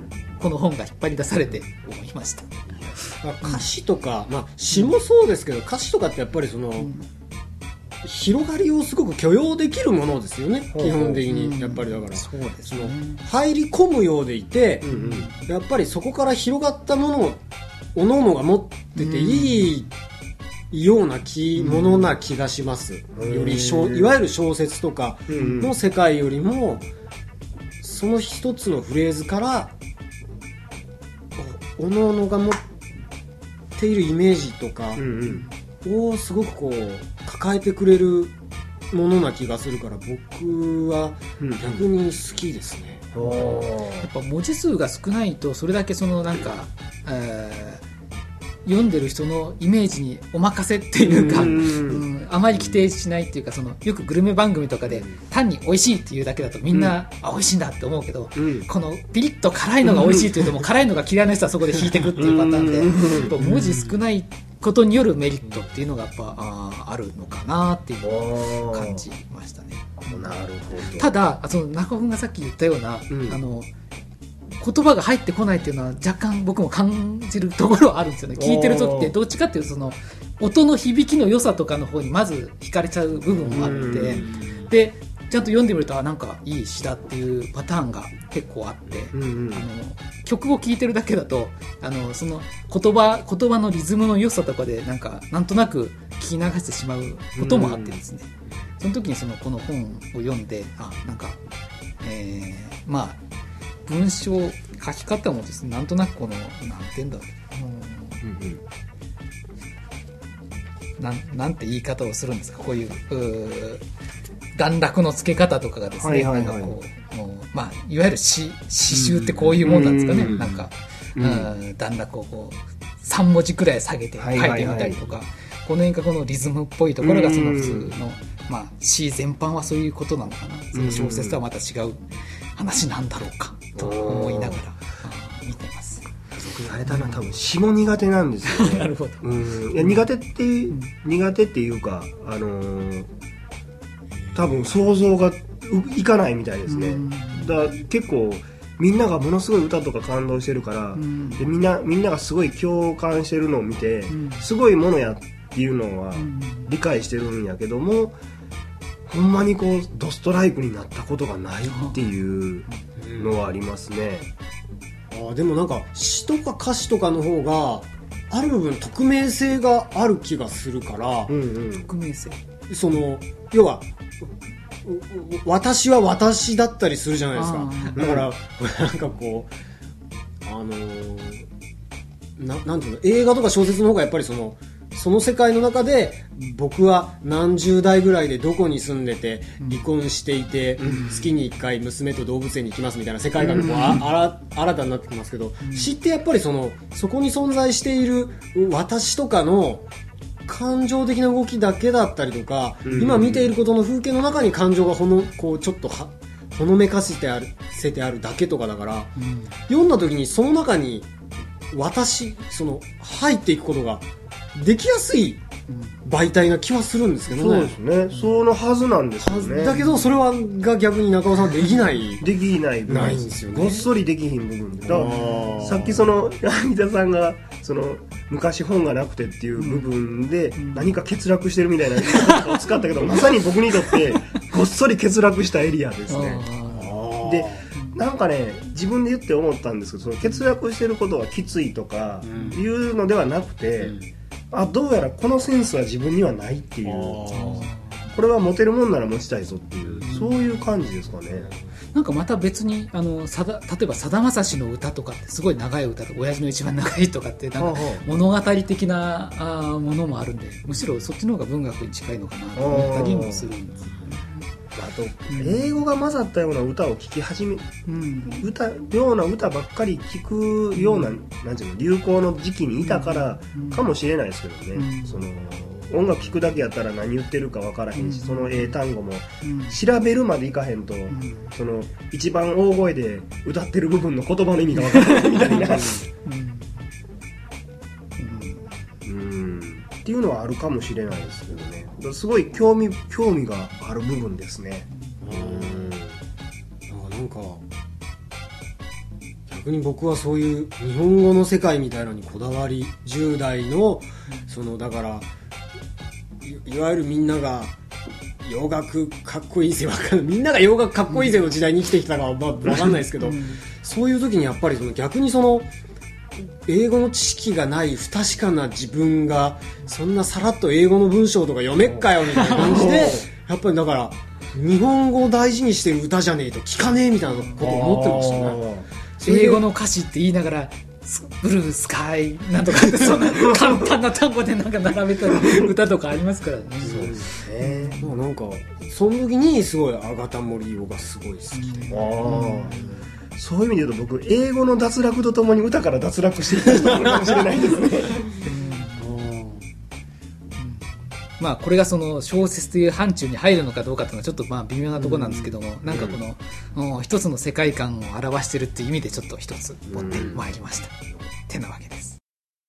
この本が引っ張り出されて思いました。 歌詞とか、まあ、詩もそうですけど、うん、歌詞とかってやっぱりその、うん、広がりをすごく許容できるものですよね、基本的に、うん、やっぱりだから、そうですね、その入り込むようでいて、うんうん、やっぱりそこから広がったものを各々が持ってていい、うん、ような気、ものな気がします、うん、よりいわゆる小説とかの世界よりも、その一つのフレーズから各々が持っているイメージとかをすごくこう抱えてくれるものな気がするから、僕は逆に好きですね、うん、 やっぱ文字数が少ないとそれだけそのなんか、えー読んでる人のイメージにお任せっていうか、うん、あまり規定しないっていうか、そのよくグルメ番組とかで単に美味しいっていうだけだとみんな、うん、あ美味しいんだって思うけど、うん、このピリッと辛いのが美味しいっていうともう辛いのが嫌いな人はそこで引いてくっていうパターンで、やっぱ文字少ないことによるメリットっていうのがやっぱ あ, あるのかなっていう感じましたね。 なるほど。 ただその中尾君がさっき言ったような、うん、あの言葉が入ってこないっていうのは若干僕も感じるところはあるんですよね。聞いてる時ってどっちかっていうとその音の響きの良さとかの方にまず惹かれちゃう部分もあって、でちゃんと読んでみるとなんかいい詩だっていうパターンが結構あって、うんうん、あの曲を聴いてるだけだとあのその言葉言葉のリズムの良さとかでなんかなんとなく聞き流してしまうこともあってですね、うん、その時にそのこの本を読んであなんか、えー、まあ文章書き方もですねなんとなくこのなんて言うんだろう、うんうんなん、なんて言い方をするんですか、こういう、う段落の付け方とかがですね、はいはいはい、なんかこう、もうまあ、いわゆる詩、詩集ってこういうもんなんですかね、うん、なんか、うん、段落をこうさん文字くらい下げて書いてみたりとか、はいはいはい、この辺がこのリズムっぽいところがその普通の、まあ、詩全般はそういうことなのかな、その小説とはまた違う話なんだろうかと思いながら見てます。 僕あれだな、多分詩も苦手なんですよね。 なるほど。 うん、いや苦手っていう、うん、苦手っていうか、あのー、多分想像がいかないみたいですね。うん、だから結構みんながものすごい歌とか感動してるから、うん、でみんなみんながすごい共感してるのを見て、うん、すごいものやっていうのは理解してるんやけども、ほんまにこうドストライクになったことがないっていうのはありますね。 あ、でもなんか詩とか歌詞とかの方がある部分匿名性がある気がするから、 うんうん、匿名性、 その要は私は私だったりするじゃないですか。だから、うん、なんかこうあのー、な, なんていうの、映画とか小説の方がやっぱりそのその世界の中で僕は何十代ぐらいでどこに住んでて離婚していて、うん、月にいっかい娘と動物園に行きますみたいな世界観がこう、うん、あら新たになってきますけど、うん、詩ってやっぱりそのそこに存在している私とかの感情的な動きだけだったりとか、うん、今見ていることの風景の中に感情がほのこうちょっとはほのめかしてあるせてあるだけとかだから、うん、読んだ時にその中に私その入っていくことができやすい媒体な気はするんですけどね。 そうですね、そのはずなんですよね。 だけどそれはが逆に中尾さんできないできない部分ないんですよね。ごっそりできひん部分だからさっきその柳田さんがその昔本がなくてっていう部分で何か欠落してるみたいな言葉を使ったけど、まさに僕にとってごっそり欠落したエリアですね。でなんかね、自分で言って思ったんですけど、その欠落してることはきついとかいうのではなくて、うん、あ、どうやらこのセンスは自分にはないっていう、これはモテるもんなら持ちたいぞっていう、そういう感じですかね。 なんかまた別にあのさだ例えばさだまさしの歌とかってすごい長い歌とか親父の一番長いとかってなんか物語的なあものもあるんで、むしろそっちの方が文学に近いのかなと思ったりもするんです。 あと英語が混ざったような歌を聴き始め、うん、歌ような歌ばっかり聴くような、うん、なんていうの流行の時期にいたからかもしれないですけどね、うん、その音楽聴くだけやったら何言ってるか分からへんし、うん、その英単語も調べるまでいかへんと、うん、その一番大声で歌ってる部分の言葉の意味が分からないみたいな、うんうん、っていうのはあるかもしれないですけどね。すごい興味興味がある部分ですね。うん、 なんか逆に僕はそういう日本語の世界みたいなのにこだわり、じゅう代のそのだからい, いわゆるみんなが洋楽かっこいいぜわかんないみんなが洋楽かっこいいぜの時代に生きてきたかはまあ分かんないですけど、うん、そういう時にやっぱりその逆にその英語の知識がない不確かな自分がそんなさらっと英語の文章とか読めっかよみたいな感じでやっぱりだから日本語を大事にしてる歌じゃねえと聞かねえみたいなことを思ってましたね。 英語の歌詞って言いながらブルースカイなんとかってそんな簡単な単語でなんか並べた歌とかありますからね。 そうですね。 まあなんかその時にすごいアガタモリオがすごい好きで、 あそういう意味で言うと僕英語の脱落とともに歌から脱落していた人かもしれないですねまあこれがその小説という範疇に入るのかどうかっていうのはちょっとまあ微妙なところなんですけども、うん、なんかこの、うん、一つの世界観を表してるっていう意味でちょっと一つ持ってまいりました、うん、ってなわけです。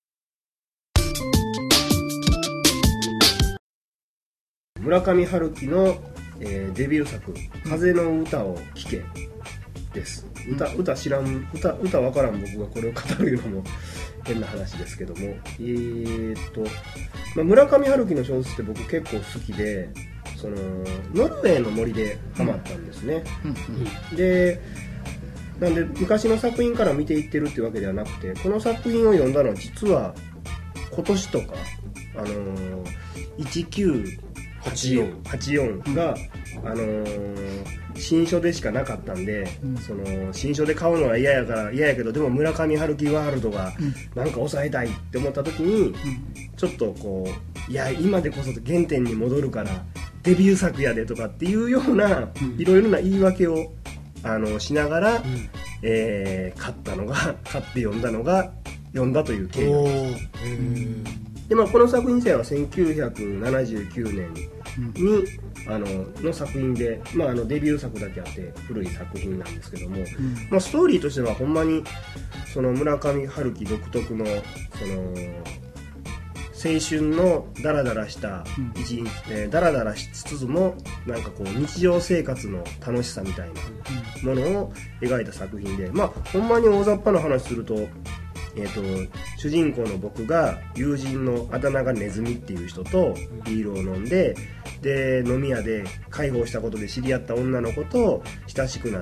村上春樹の、えー、デビュー作「風の歌を聴け」です。歌、歌知らん、歌、歌わからん僕がこれを語るのも変な話ですけども、えーっと、まあ、村上春樹の小説って僕結構好きで、そのノルウェーの森でハマったんですね、うんうん、でなんで昔の作品から見ていってるっていうわけではなくて、この作品を読んだのは実は今年とか、あのー、いちきゅうはちよん はちよんが、うん、あのー、新書でしかなかったんで、うん、その新書で買うのは嫌やから嫌やけど、でも村上春樹ワールドがなんか抑えたいって思った時に、うん、ちょっとこういや今でこそ原点に戻るからデビュー作やでとかっていうような、うん、いろいろな言い訳をあのしながら、うん、えー、買ったのが買って読んだのが読んだという経緯です。で、まあ、この作品自体はせんきゅうひゃくななじゅうきゅうねんに、うん、あのの作品で、まあ、あのデビュー作だけあって古い作品なんですけども、うん、まあ、ストーリーとしてはほんまにその村上春樹独特のその青春のダラダラした一日、うん、えー、ダラダラしつつもなんかこう日常生活の楽しさみたいなものを描いた作品で、まあほんまに大雑把な話すると、えー、と主人公の僕が友人のあだ名がネズミっていう人とビールを飲んで、で飲み屋で介抱したことで知り合った女の子と親しくなって、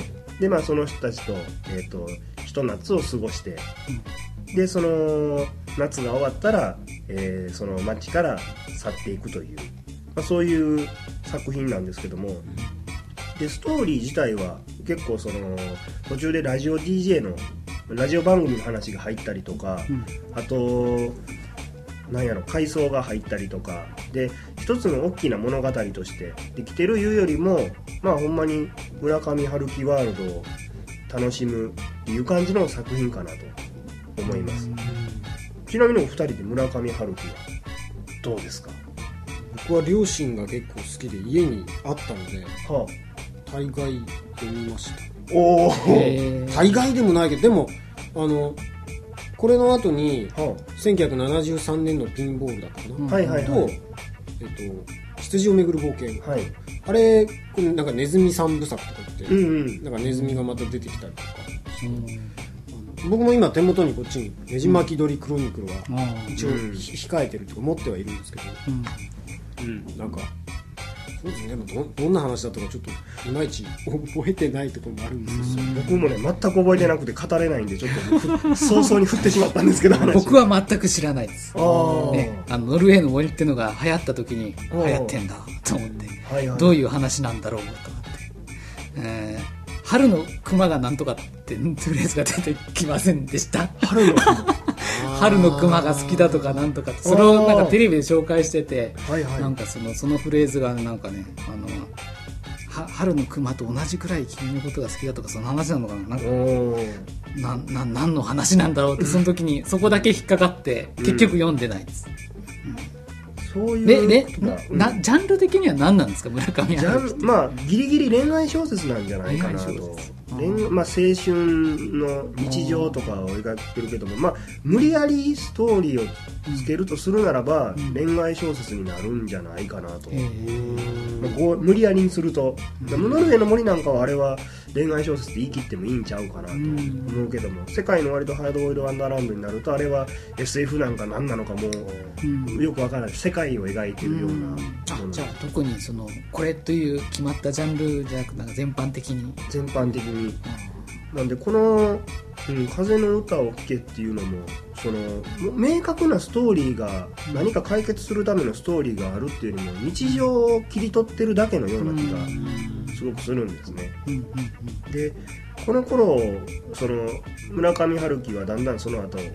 で、まあ、その人たちと、えー、とひと夏を過ごして、でその夏が終わったら、えー、その街から去っていくという、まあ、そういう作品なんですけども、でストーリー自体は結構その途中でラジオ ディージェー のラジオ番組の話が入ったりとか、うん、あとなんやろ回想が入ったりとかで、一つの大きな物語としてできてるいうよりも、まあほんまに村上春樹ワールドを楽しむっていう感じの作品かなと思います。ちなみにお二人で村上春樹はどうですか？ 僕は両親が結構好きで家にあったので、はあ、大概読みました。 おー、大概でもないけど、でもあのこれの後に、はあ、せんきゅうひゃくななじゅうさんねんのピンボールだったかな、はいはいはい、と、えっと、羊をめぐる冒険、はい、あれこれなんかネズミ三部作とか言って、うんうん、なんかネズミがまた出てきたりとか、うん、僕も今手元にこっちにねじ巻き鳥クロニクルは一応、うん、控えてるとか持ってはいるんですけど、うんうん、なんかそうですね、でも ど, どんな話だとかちょっといまいち覚えてないところもあるんですよ。 僕もね全く覚えてなくて語れないんでちょっと早々に振ってしまったんですけど僕は全く知らないです。あ、ね、あのノルウェーの森っていうのが流行った時に流行ってんだと思って、はいはい、どういう話なんだろうと思って、えー、春の熊がなんとかってフレーズが出てきませんでした？春の熊春の熊が好きだとかなんとかってそれをなんかテレビで紹介してて、はいはい、なんかそのそのフレーズがなんかね、あのは春の熊と同じくらい君のことが好きだとかその話なのかな、なんかなな何の話なんだろうってその時にそこだけ引っかかって結局読んでないです、 うんうん、そういうででな、うん、ジャンル的には何なんですか村上春樹って？ まあギリギリ恋愛小説なんじゃないかなと。恋まあ、青春の日常とかを描いてるけども、まあ、無理やりストーリーをつけるとするならば、うん、恋愛小説になるんじゃないかなと、まあ、こう無理やりにすると、うん、ノルウェーの森なんかはあれは恋愛小説って言い切ってもいいんちゃうかなと思うけども、うん、世界の割とハードボイルドワンダーランドになるとあれは エスエフ なんか何なのかもうよくわからない世界を描いてるような、うん、 あ、じゃあ特にそのこれという決まったジャンルじゃなくなんか全般的に全般的になんでこの、うん、風の歌を聴けっていうのもその明確なストーリーが何か解決するためのストーリーがあるっていうよりも日常を切り取ってるだけのような気がすごくするんですね。でこの頃その村上春樹はだんだんその後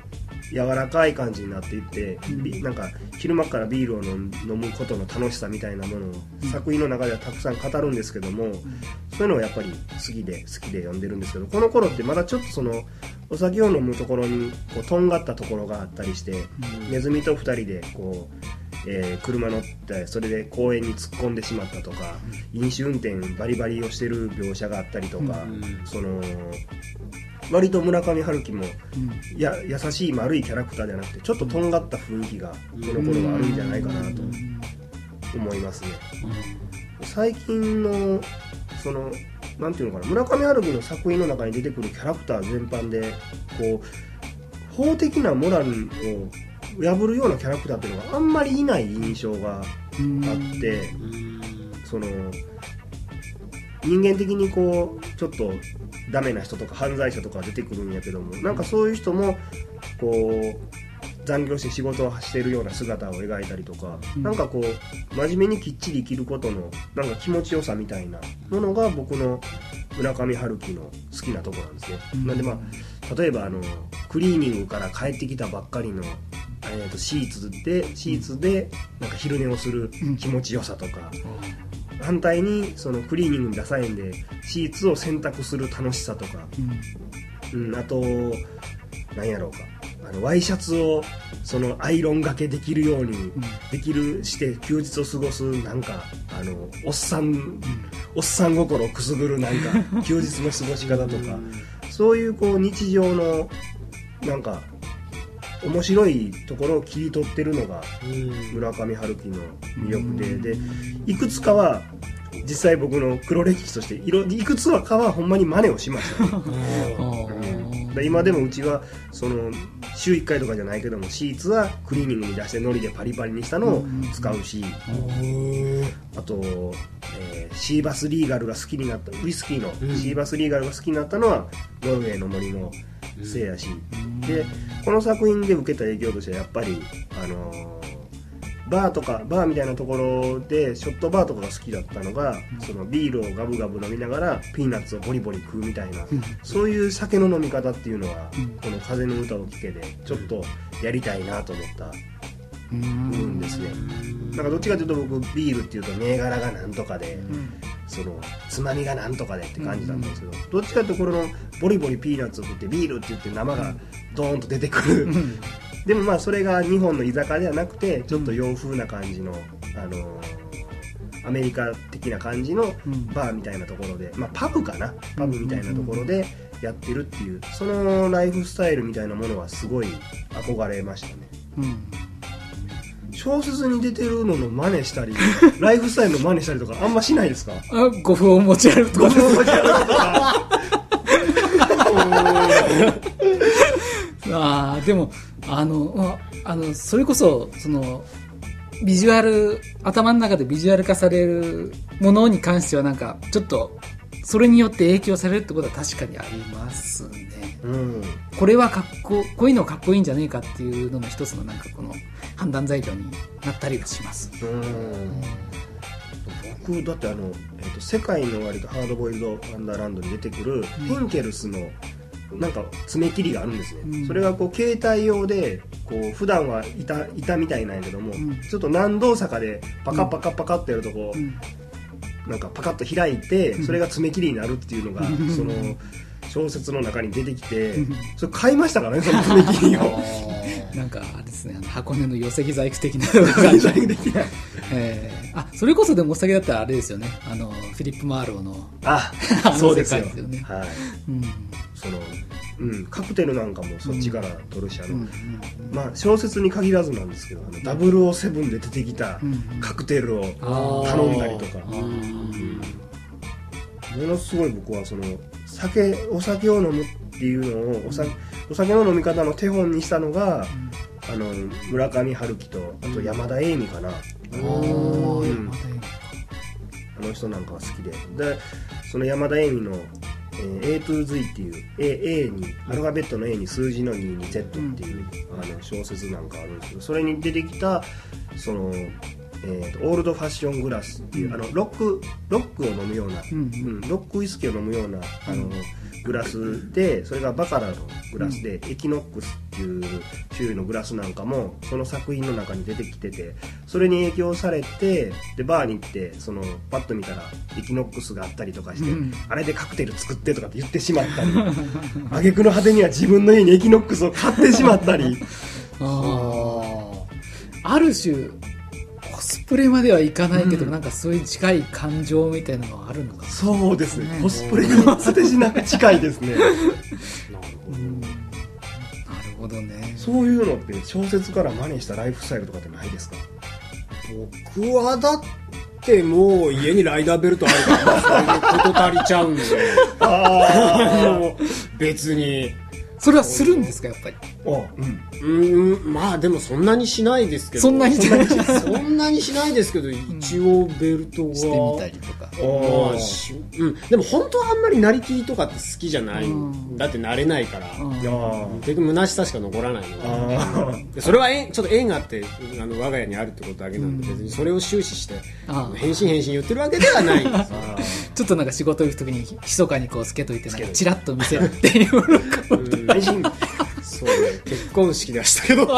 柔らかい感じになっていって、うん、なんか昼間からビールを飲むことの楽しさみたいなものを作品の中ではたくさん語るんですけども、うん、そういうのをやっぱり好きで好きで読んでるんですけど、この頃ってまだちょっとそのお酒を飲むところにこうとんがったところがあったりして、うん、ネズミとふたりでこうえー、車乗ってそれで公園に突っ込んでしまったとか、うん、飲酒運転バリバリをしてる描写があったりとか、うん、その割と村上春樹も、うん、や優しい丸いキャラクターじゃなくてちょっととんがった雰囲気がこの頃はあるんじゃないかなと思いますね、うん、最近のそのなんていうのかな、村上春樹の作品の中に出てくるキャラクター全般でこう法的なモラルを破るようなキャラクターっていうのがあんまりいない印象があって、その人間的にこうちょっとダメな人とか犯罪者とか出てくるんやけども、なんかそういう人もこう残業して仕事をしているような姿を描いたりとか、なんかこう真面目にきっちり生きることのなんか気持ちよさみたいなものが僕の村上春樹の好きなところなんですね。なんでまあ例えばあのクリーニングから帰ってきたばっかりのえー、とシーツでシーツでなんか昼寝をする気持ちよさとか、うん、反対にそのクリーニングに出さへんでシーツを洗濯する楽しさとか、うんうん、あと何やろうか、あのワイシャツをそのアイロンがけできるようにできるして休日を過ごすなんかあのおっさん、うん、おっさん心をくすぐるなんか休日の過ごし方とか、そういうこう日常のなんか面白いところを切り取ってるのが村上春樹の魅力で、でいくつかは実際僕の黒歴史としていろいくつかはほんまに真似をしましたね、うん、で今でもうちはその週いっかいとかじゃないけどもシーツはクリーニングに出して海苔でパリパリにしたのを使うし、あと、えー、シーバスリーガルが好きになったウイスキーのシーバスリーガルが好きになったのはノルウェーの森のせいやし、でこの作品で受けた影響としてはやっぱり、あのー、バーとかバーみたいなところでショットバーとかが好きだったのが、そのビールをガブガブ飲みながらピーナッツをボリボリ食うみたいな、そういう酒の飲み方っていうのは、この風の歌を聴けでちょっとやりたいなと思った部分ですね。なんかどっちかというと僕ビールっていうと銘柄がなんとかで、そのつまみがなんとかでって感じだったんですけど、どっちかというとこれのボリボリピーナッツを食ってビールって言って生がドーンと出てくるでもまあそれが日本の居酒屋ではなくてちょっと洋風な感じの、あのー、アメリカ的な感じのバーみたいなところで、まあ、パブかなパブみたいなところでやってるっていう、そのライフスタイルみたいなものはすごい憧れましたね、うん。小説に出てるのの真似したりライフスタイルの真似したりとかあんましないですか？ あ、ごふを持ち歩くとか、ごふを持ち歩くとかあでもあのあのそれこそそのビジュアル頭の中でビジュアル化されるものに関してはなんかちょっとそれによって影響されるってことは確かにありますね、うん、これはかっここういうのかっこいいんじゃねえかっていうのの一つのなんかこの判断材料になったりはします。うん、 僕だってあの、えーと、世界の割とハードボイルドワンダーランドに出てくるヘンケルスのなんか爪切りがあるんですね、うん、それがこう携帯用でこう普段は板板みたいなんやけども、うん、ちょっと何動作かでパカパカパカってやるとこう、うん、なんかパカッと開いてそれが爪切りになるっていうのが、うん、その小説の中に出てきて、うん、それ買いましたからね、その爪切りをなんかあれですね、箱根の寄せ木細工的な感じえー、あそれこそでもお酒だったらあれですよね、あのフィリップ・マーローのあそうですよ、ね、はい、うん、そのうん、カクテルなんかもそっちから取るし、あの、うんうんうん、まあ、小説に限らずなんですけど、あのダブルオーセブンで出てきたカクテルを頼んだりとか、うんうん、ものすごい僕はその酒お酒を飲むっていうのをお酒、お酒の飲み方の手本にしたのが、うん、あの村上春樹とあと山田栄美かな、うんうん、あの人なんかが好きで、でその山田栄美のA to Z っていう A, A にアルファベットの A に数字のにに Z っていう、うん、あの小説なんかあるんですけど、それに出てきたその、えーと、オールドファッショングラスっていう、うん、あのロックロックを飲むような、うんうん、ロックウイスキーを飲むようなあのグラスで、それがバカラのグラスで、エキノックスっていう種類のグラスなんかもその作品の中に出てきてて、それに影響されて、でバーに行ってそのパッと見たらエキノックスがあったりとかして、うん、あれでカクテル作ってとかって言ってしまったり挙句の果てには自分の家にエキノックスを買ってしまったりあ, ある種コスプレまではいかないけど、うん、なんかそういう近い感情みたいなのはあるのかな。 そうですね、コスプレに果てしなく近いですねなるほど、うん、 なるほどね。 そういうのって小説から真似したライフスタイルとかってないですか？ 僕はだってもう家にライダーベルトあるからそういうこと足りちゃうんであもう別にそれはするんですかやっぱり。 あ、 うん、うん、まあでもそんなにしないですけど。 そんなにしないそんなにしないですけど、一応ベルトはしてみたりとか。 まあしうん、でも本当はあんまりなりきりとかって好きじゃない、うん、だってなれないから、うん、結局虚しさしか残らないので、それはえちょっと縁があってあの我が家にあるってことだけなんで、うん、別にそれを終始して返信返信言ってるわけではないんですちょっとなんか仕事行く時に密かにこうつけといてなんかチラッと見せるっていう返信そうね、結婚式でしたけど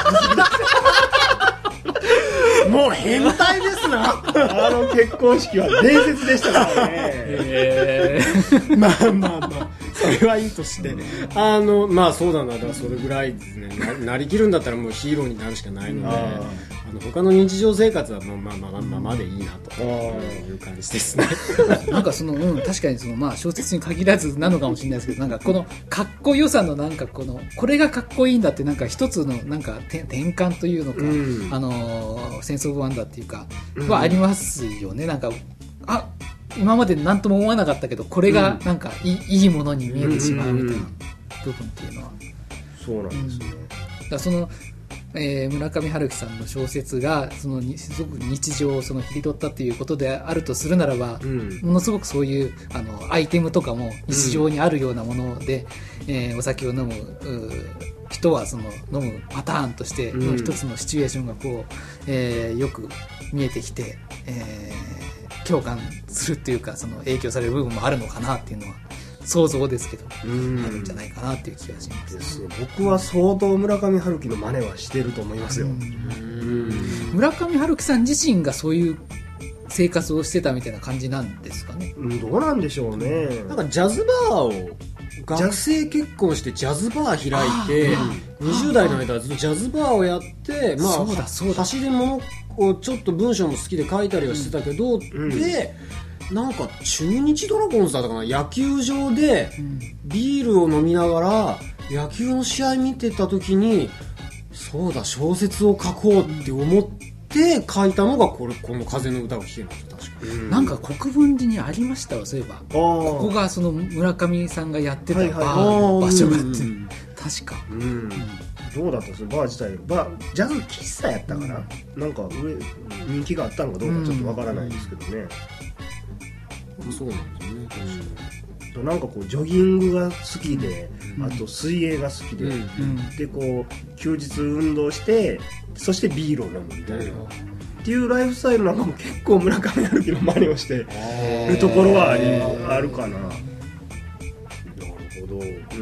もう変態ですなあの結婚式は伝説でしたからね、 えー、まあまあまあそれはいいとして、うん、あのまあそうだな、だからそれぐらいですね な, なりきるんだったらもうヒーローになるしかないので、ああの他の日常生活はまあまあまあまあまあまでいいなという感じですねなんかその、うん、確かにその、まあ、小説に限らずなのかもしれないですけど、なんかこのかっこよさのなんかこのこれがかっこいいんだってなんか一つのなんか転換というのか、うん、あのセンスオブワンダーっていうかはありますよね。なんかあ今まで何とも思わなかったけどこれがなんかいい、うん、いいものに見えてしまうみたいな部分っていうのは、 そうなんですね、 うん、だからそのえー、村上春樹さんの小説がそのすごく日常をその切り取ったということであるとするならば、うん、ものすごくそういうあのアイテムとかも日常にあるようなもので、うんえー、お酒を飲む人はその飲むパターンとしての一つのシチュエーションがこう、えー、よく見えてきて、えー、共感するっていうかその影響される部分もあるのかなっていうのは想像ですけど、あるんじゃないかなっていう気がします。ですね。 僕は相当村上春樹の真似はしてると思いますよ。 うん村上春樹さん自身がそういう生活をしてたみたいな感じなんですかね。 うん、どうなんでしょうね。 なんかジャズバーを学生結婚してジャズバー開いてにじゅう代の間はずっとジャズバーをやって、まあそうだそうだ走り物をちょっと文章も好きで書いたりはしてたけど、うん、でなんか中日ドラゴンズだったかな、野球場でビールを飲みながら野球の試合見てた時にそうだ小説を書こうって思って書いたのがこれこの風の歌を聴けなんですよ。確かになんか国分寺にありましたわそういえば。ここがその村上さんがやってたバー、はいはい、場所があって、うん、確か、うん、 どうだったんですかバー自体バージャズ喫茶やったかな、うん、なんか上人気があったのかどうかちょっとわからないですけどね、 うん、そうなんですよね、 うん、なんかこうジョギングが好きで、うん、あと水泳が好きで、うん、でこう休日運動してそしてビールを飲むみたいな、うん、っていうライフスタイルなんかも結構村上春樹の真似をしてるところはありあるかな。なるほど。うん。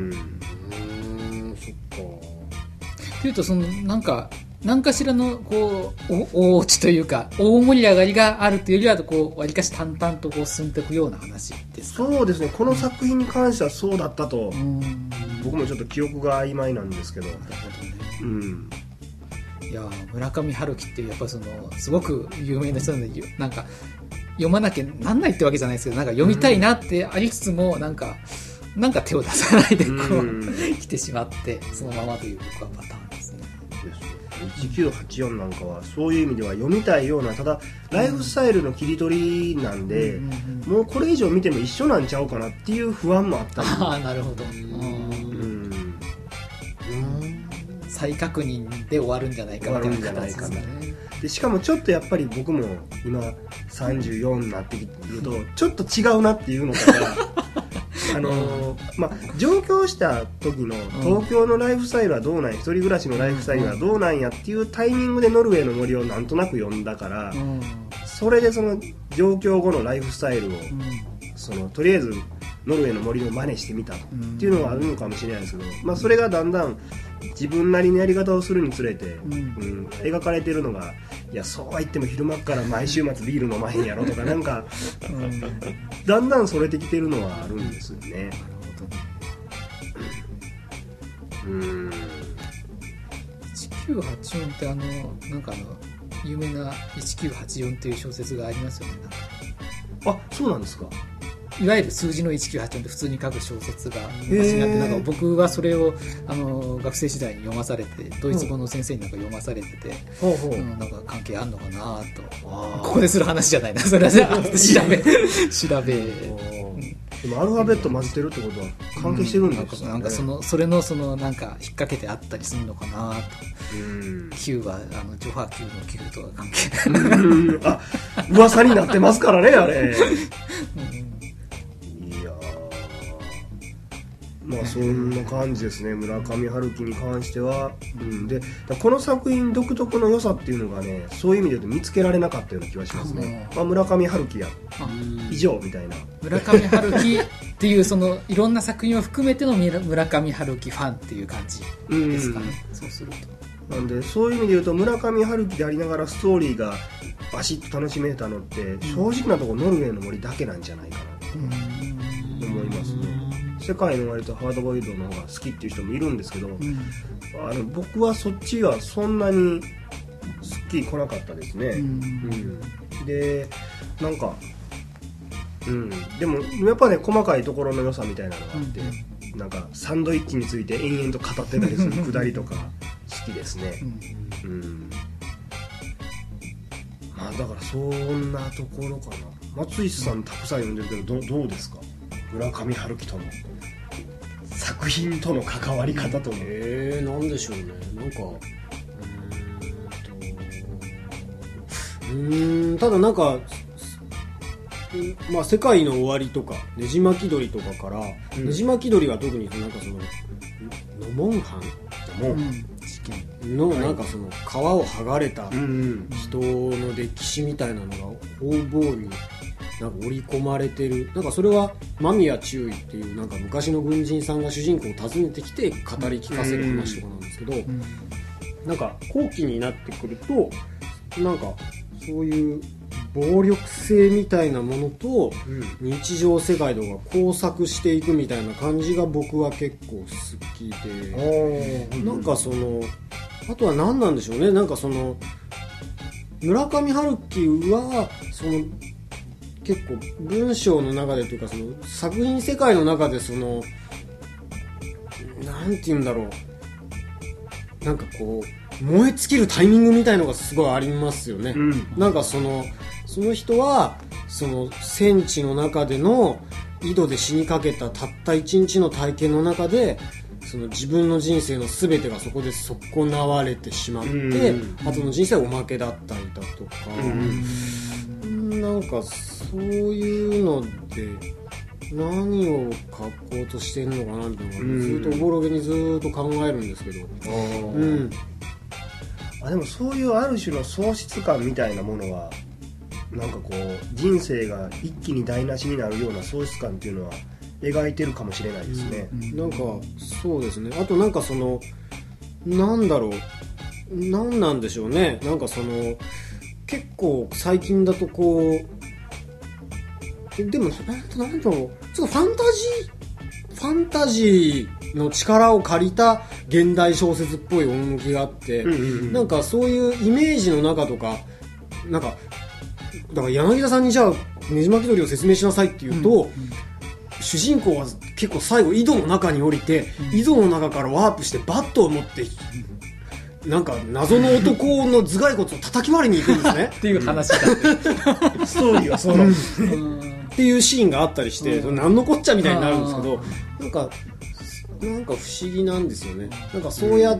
うんそっか。 というとそのなんか何かしらのこうお大落ちというか大盛り上がりがあるというよりはこう割かし淡々とこう進んでいくような話ですか。 そうですね。この作品に関してはそうだったと、うん、僕もちょっと記憶が曖昧なんですけど。なるほどね。うん。 いや村上春樹ってやっぱそのすごく有名な人なんでなんか読まなきゃなんないってわけじゃないですけどなんか読みたいなってありつつもなんかなんか手を出さないでこう来てしまってそのままという僕はパターンですね。 いちきゅうはちよんなんかはそういう意味では読みたいようなただライフスタイルの切り取りなんで、うんうんうん、もうこれ以上見ても一緒なんちゃうかなっていう不安もあったり。 ああなるほど。うん再確認で終わるんじゃないかみたいな形ですね。 でしかもちょっとやっぱり僕も今さんじゅうよんになってくるとちょっと違うなっていうのからあのーまあ、上京した時の東京のライフスタイルはどうなんや、一人暮らしのライフスタイルはどうなんやっていうタイミングでノルウェーの森をなんとなく読んだから、それでその上京後のライフスタイルをそのとりあえずノルウェーの森を真似してみたっていうのはあるのかもしれないですけど、まあ、それがだんだん自分なりのやり方をするにつれて、うんうん、描かれてるのがいやそうは言っても昼間から毎週末ビール飲まへんやろとかなんか、うん、だんだんそれてきてるのはあるんですよね。 うん、せんきゅうひゃくはちじゅうよんってあのなんかあの有名なせんきゅうひゃくはちじゅうよんっていう小説がありますよね。なんかあ、そうなんですか。 いわゆる数字のせんきゅうひゃくはちじゅうよんって普通に書く小説が昔にあって、なんか僕はそれをあの学生時代に読まされて、ドイツ語の先生になんか読まされてて、うんうん、なんか関係あんのかなと。ここでする話じゃないな、それは調べ調べでもアルファベット混ぜてるってことは関係してるんですかね。 なんかそのそれのそのなんか引っ掛けてあったりするのかなと。うん、きゅうはあのジョハきゅうのきゅうとは関係ない。 うん、あ、噂になってますからねあれ。うん、いやまあそんな感じですね、村上春樹に関しては。うん、でこの作品独特の良さっていうのがね、そういう意味で言うと見つけられなかったような気がしますね。まあ、村上春樹や以上みたいな。 村上春樹っていうそのいろんな作品を含めての村上春樹ファンっていう感じですかね。うん、そうするとなんでそういう意味で言うと村上春樹でありながらストーリーがバシッと楽しめたのって正直なところノルウェーの森だけなんじゃないかなと思いますね。世界の割とハードボイルドの方が好きっていう人もいるんですけど、うん、あの僕はそっちはそんなに好き来なかったですね。うんうん、でなんか、うん、でもやっぱね細かいところの良さみたいなのがあって、うん、なんかサンドイッチについて延々と語ってたりするくだりとか好きですね。うんうん、まあだからそんなところかな。松石さんたくさん読んでるけど ど, どうですか、村上春樹との作品との関わり方との。 えー、なんでしょうね。なんかうーんただなんか、まあ、世界の終わりとかねじ巻き鳥とかから、うん、ねじ巻き鳥は特になんかそのノモンハンノモンのなんかその皮を剥がれた人の歴史みたいなのが方々になんか織り込まれてる。なんかそれは間宮中尉っていうなんか昔の軍人さんが主人公を訪ねてきて語り聞かせる話とかなんですけど、うん、なんか後期になってくるとなんかそういう暴力性みたいなものと日常世界とか交錯していくみたいな感じが僕は結構好きで、なんかそのあとは何なんでしょうね。なんかその村上春樹はその結構文章の中でというかその作品世界の中でそのなんて言うんだろう、なんかこう燃え尽きるタイミングみたいのがすごいありますよね。うん、なんかそのその人はその戦地の中での井戸で死にかけたたった一日の体験の中でその自分の人生の全てがそこで損なわれてしまって、うん、後の人生はおまけだったりだとか、うん、なんかそういうので何を書こうとしてるのかなみたいなのをずっとおぼろげにずっと考えるんですけど、うん、 あでもそういうある種の喪失感みたいなものはなんかこう人生が一気に台無しになるような喪失感っていうのは描いてるかもしれないですね。 うん、なんかそうですね。あとなんかそのなんだろうなんなんでしょうね。なんかその結構最近だとこうでもなんなんだろうちょっとファンタジーファンタジーの力を借りた現代小説っぽい趣があって、うんうんうん、なんかそういうイメージの中とかなんかだから柳田さんにじゃあねじ巻き鳥を説明しなさいって言うと、うんうん、主人公は結構最後井戸の中に降りて、うん、井戸の中からワープしてバットを持って、うん、なんか謎の男の頭蓋骨を叩き割りに行くんですねっていう話だってストーリーはそのっていうシーンがあったりして、うん、何のこっちゃみたいになるんですけど、なんかなんか不思議なんですよね。なんかそうやって、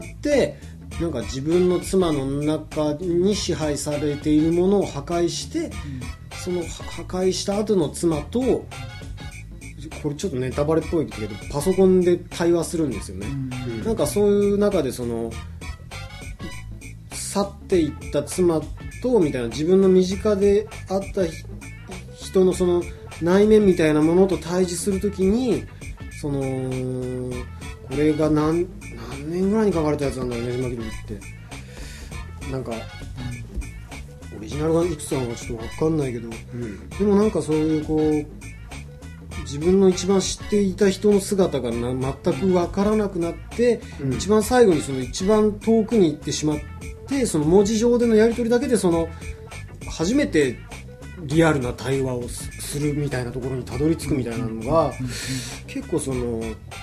うん、なんか自分の妻の中に支配されているものを破壊して、うん、その破壊した後の妻とこれちょっとネタバレっぽいけどパソコンで対話するんですよね。うん、なんかそういう中でその去っていった妻とみたいな自分の身近であった人のその内面みたいなものと対峙するときにそのこれが何何年ぐらいに書かれたやつなんだろうねじまきどりってなんかオリジナルがいくつなのかちょっと分かんないけど、うん、でもなんかそういうこう自分の一番知っていた人の姿がな全く分からなくなって、うん、一番最後にその一番遠くに行ってしまってその文字上でのやり取りだけでその初めてリアルな対話をするみたいなところにたどり着くみたいなのが結構その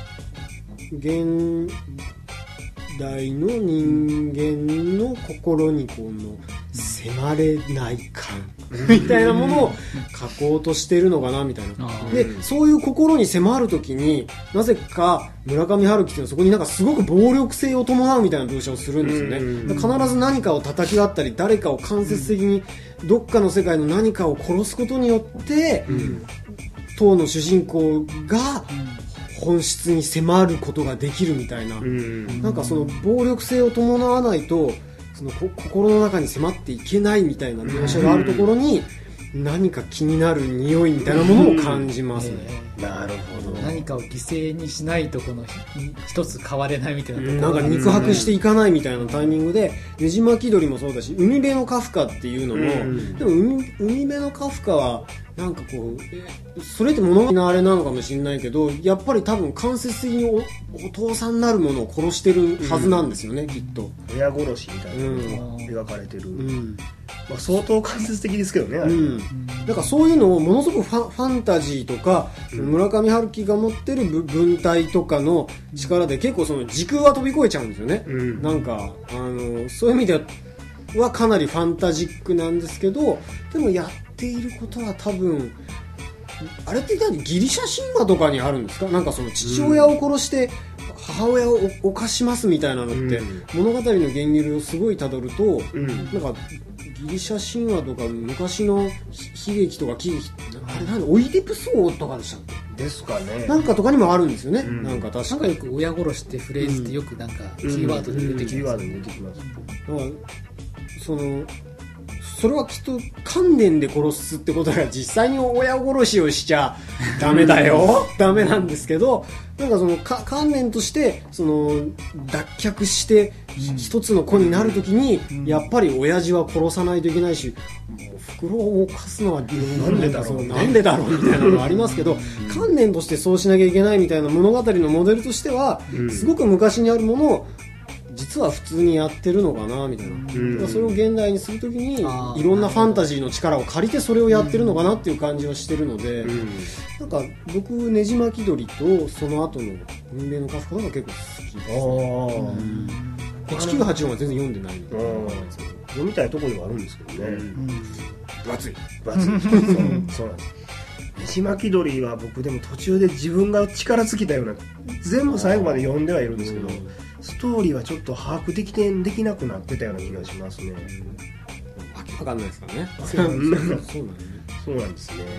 現代の人間の心にこの迫れない感みたいなものを書こうとしてるのかなみたいなでそういう心に迫るときになぜか村上春樹っていうのはそこになんかすごく暴力性を伴うみたいな描写をするんですよね。必ず何かを叩き割ったり誰かを間接的にどっかの世界の何かを殺すことによって当の主人公が本質に迫ることができるみたいな、なんかその暴力性を伴わないとその心の中に迫っていけないみたいな描写があるところに何か気になる匂いみたいなものを感じますね。 なるほど。 何かを犠牲にしないとこの一つ変われないみたいなところ、 なんか肉薄していかないみたいなタイミングでねじ巻き鳥もそうだし海辺のカフカっていうのも、うん、でも 海, 海辺のカフカはなんかこうそれって物語のあれなのかもしれないけどやっぱり多分間接的に お, お父さんなるものを殺してるはずなんですよね、うん、きっと親殺しみたいなのが描かれてる、うんまあ、相当間接的ですけどねあれ、うん、 だからそういうのをものすごくフ ァ, ファンタジーとか、うん、村上春樹が持ってる文体とかの力で結構その時空は飛び越えちゃうんですよね、うん、なんかあのそういう意味ではかなりファンタジックなんですけどでもやっていることは多分あれってギリシャ神話とかにあるんですか？なんかその父親を殺して母親を犯しますみたいなのって、うん、物語の源流をすごいたどると、うん、なんかギリシャ神話とか昔の悲劇とか喜劇あれなんオイディプス王とかでしたっけですかねなんかとかにもあるんですよね、うん、なんか確かなんかよく親殺しってフレーズってよくなんかキーワードで出てきます、 うんうん、キーワードで出てきます。 だからそのそれはきっと観念で殺すってことは実際に親殺しをしちゃダメだよダメなんですけどなんかそのか観念としてその脱却して一つの子になるときに、うん、やっぱり親父は殺さないといけないしもう袋を犯すのはなんでだろうなんでだろうみたいなのがありますけど、うん、観念としてそうしなきゃいけないみたいな物語のモデルとしては、うん、すごく昔にあるものを実は普通にやってるのかなみたいな、うん、それを現代にするときにいろんなファンタジーの力を借りてそれをやってるのかなっていう感じはしてるので、うん、なんか僕ねじ巻き鳥とその後の人間のカフカが結構好きですね。いちきゅうはちよんは全然読んでないんで読みたいところではあるんですけどね、うん、 分厚い分厚いそう、そうなんです。ねじ巻き鳥は僕でも途中で自分が力尽きたような全部最後まで読んではいるんですけど、ストーリーはちょっと把握できてできなくなってたような気がしますね。 わけわかんないですからね。 そうなんですね。そうなんですね。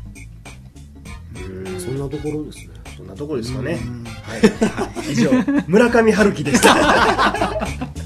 うん、そんなところですね。 そんなところですかね。はい。以上村上春樹でした。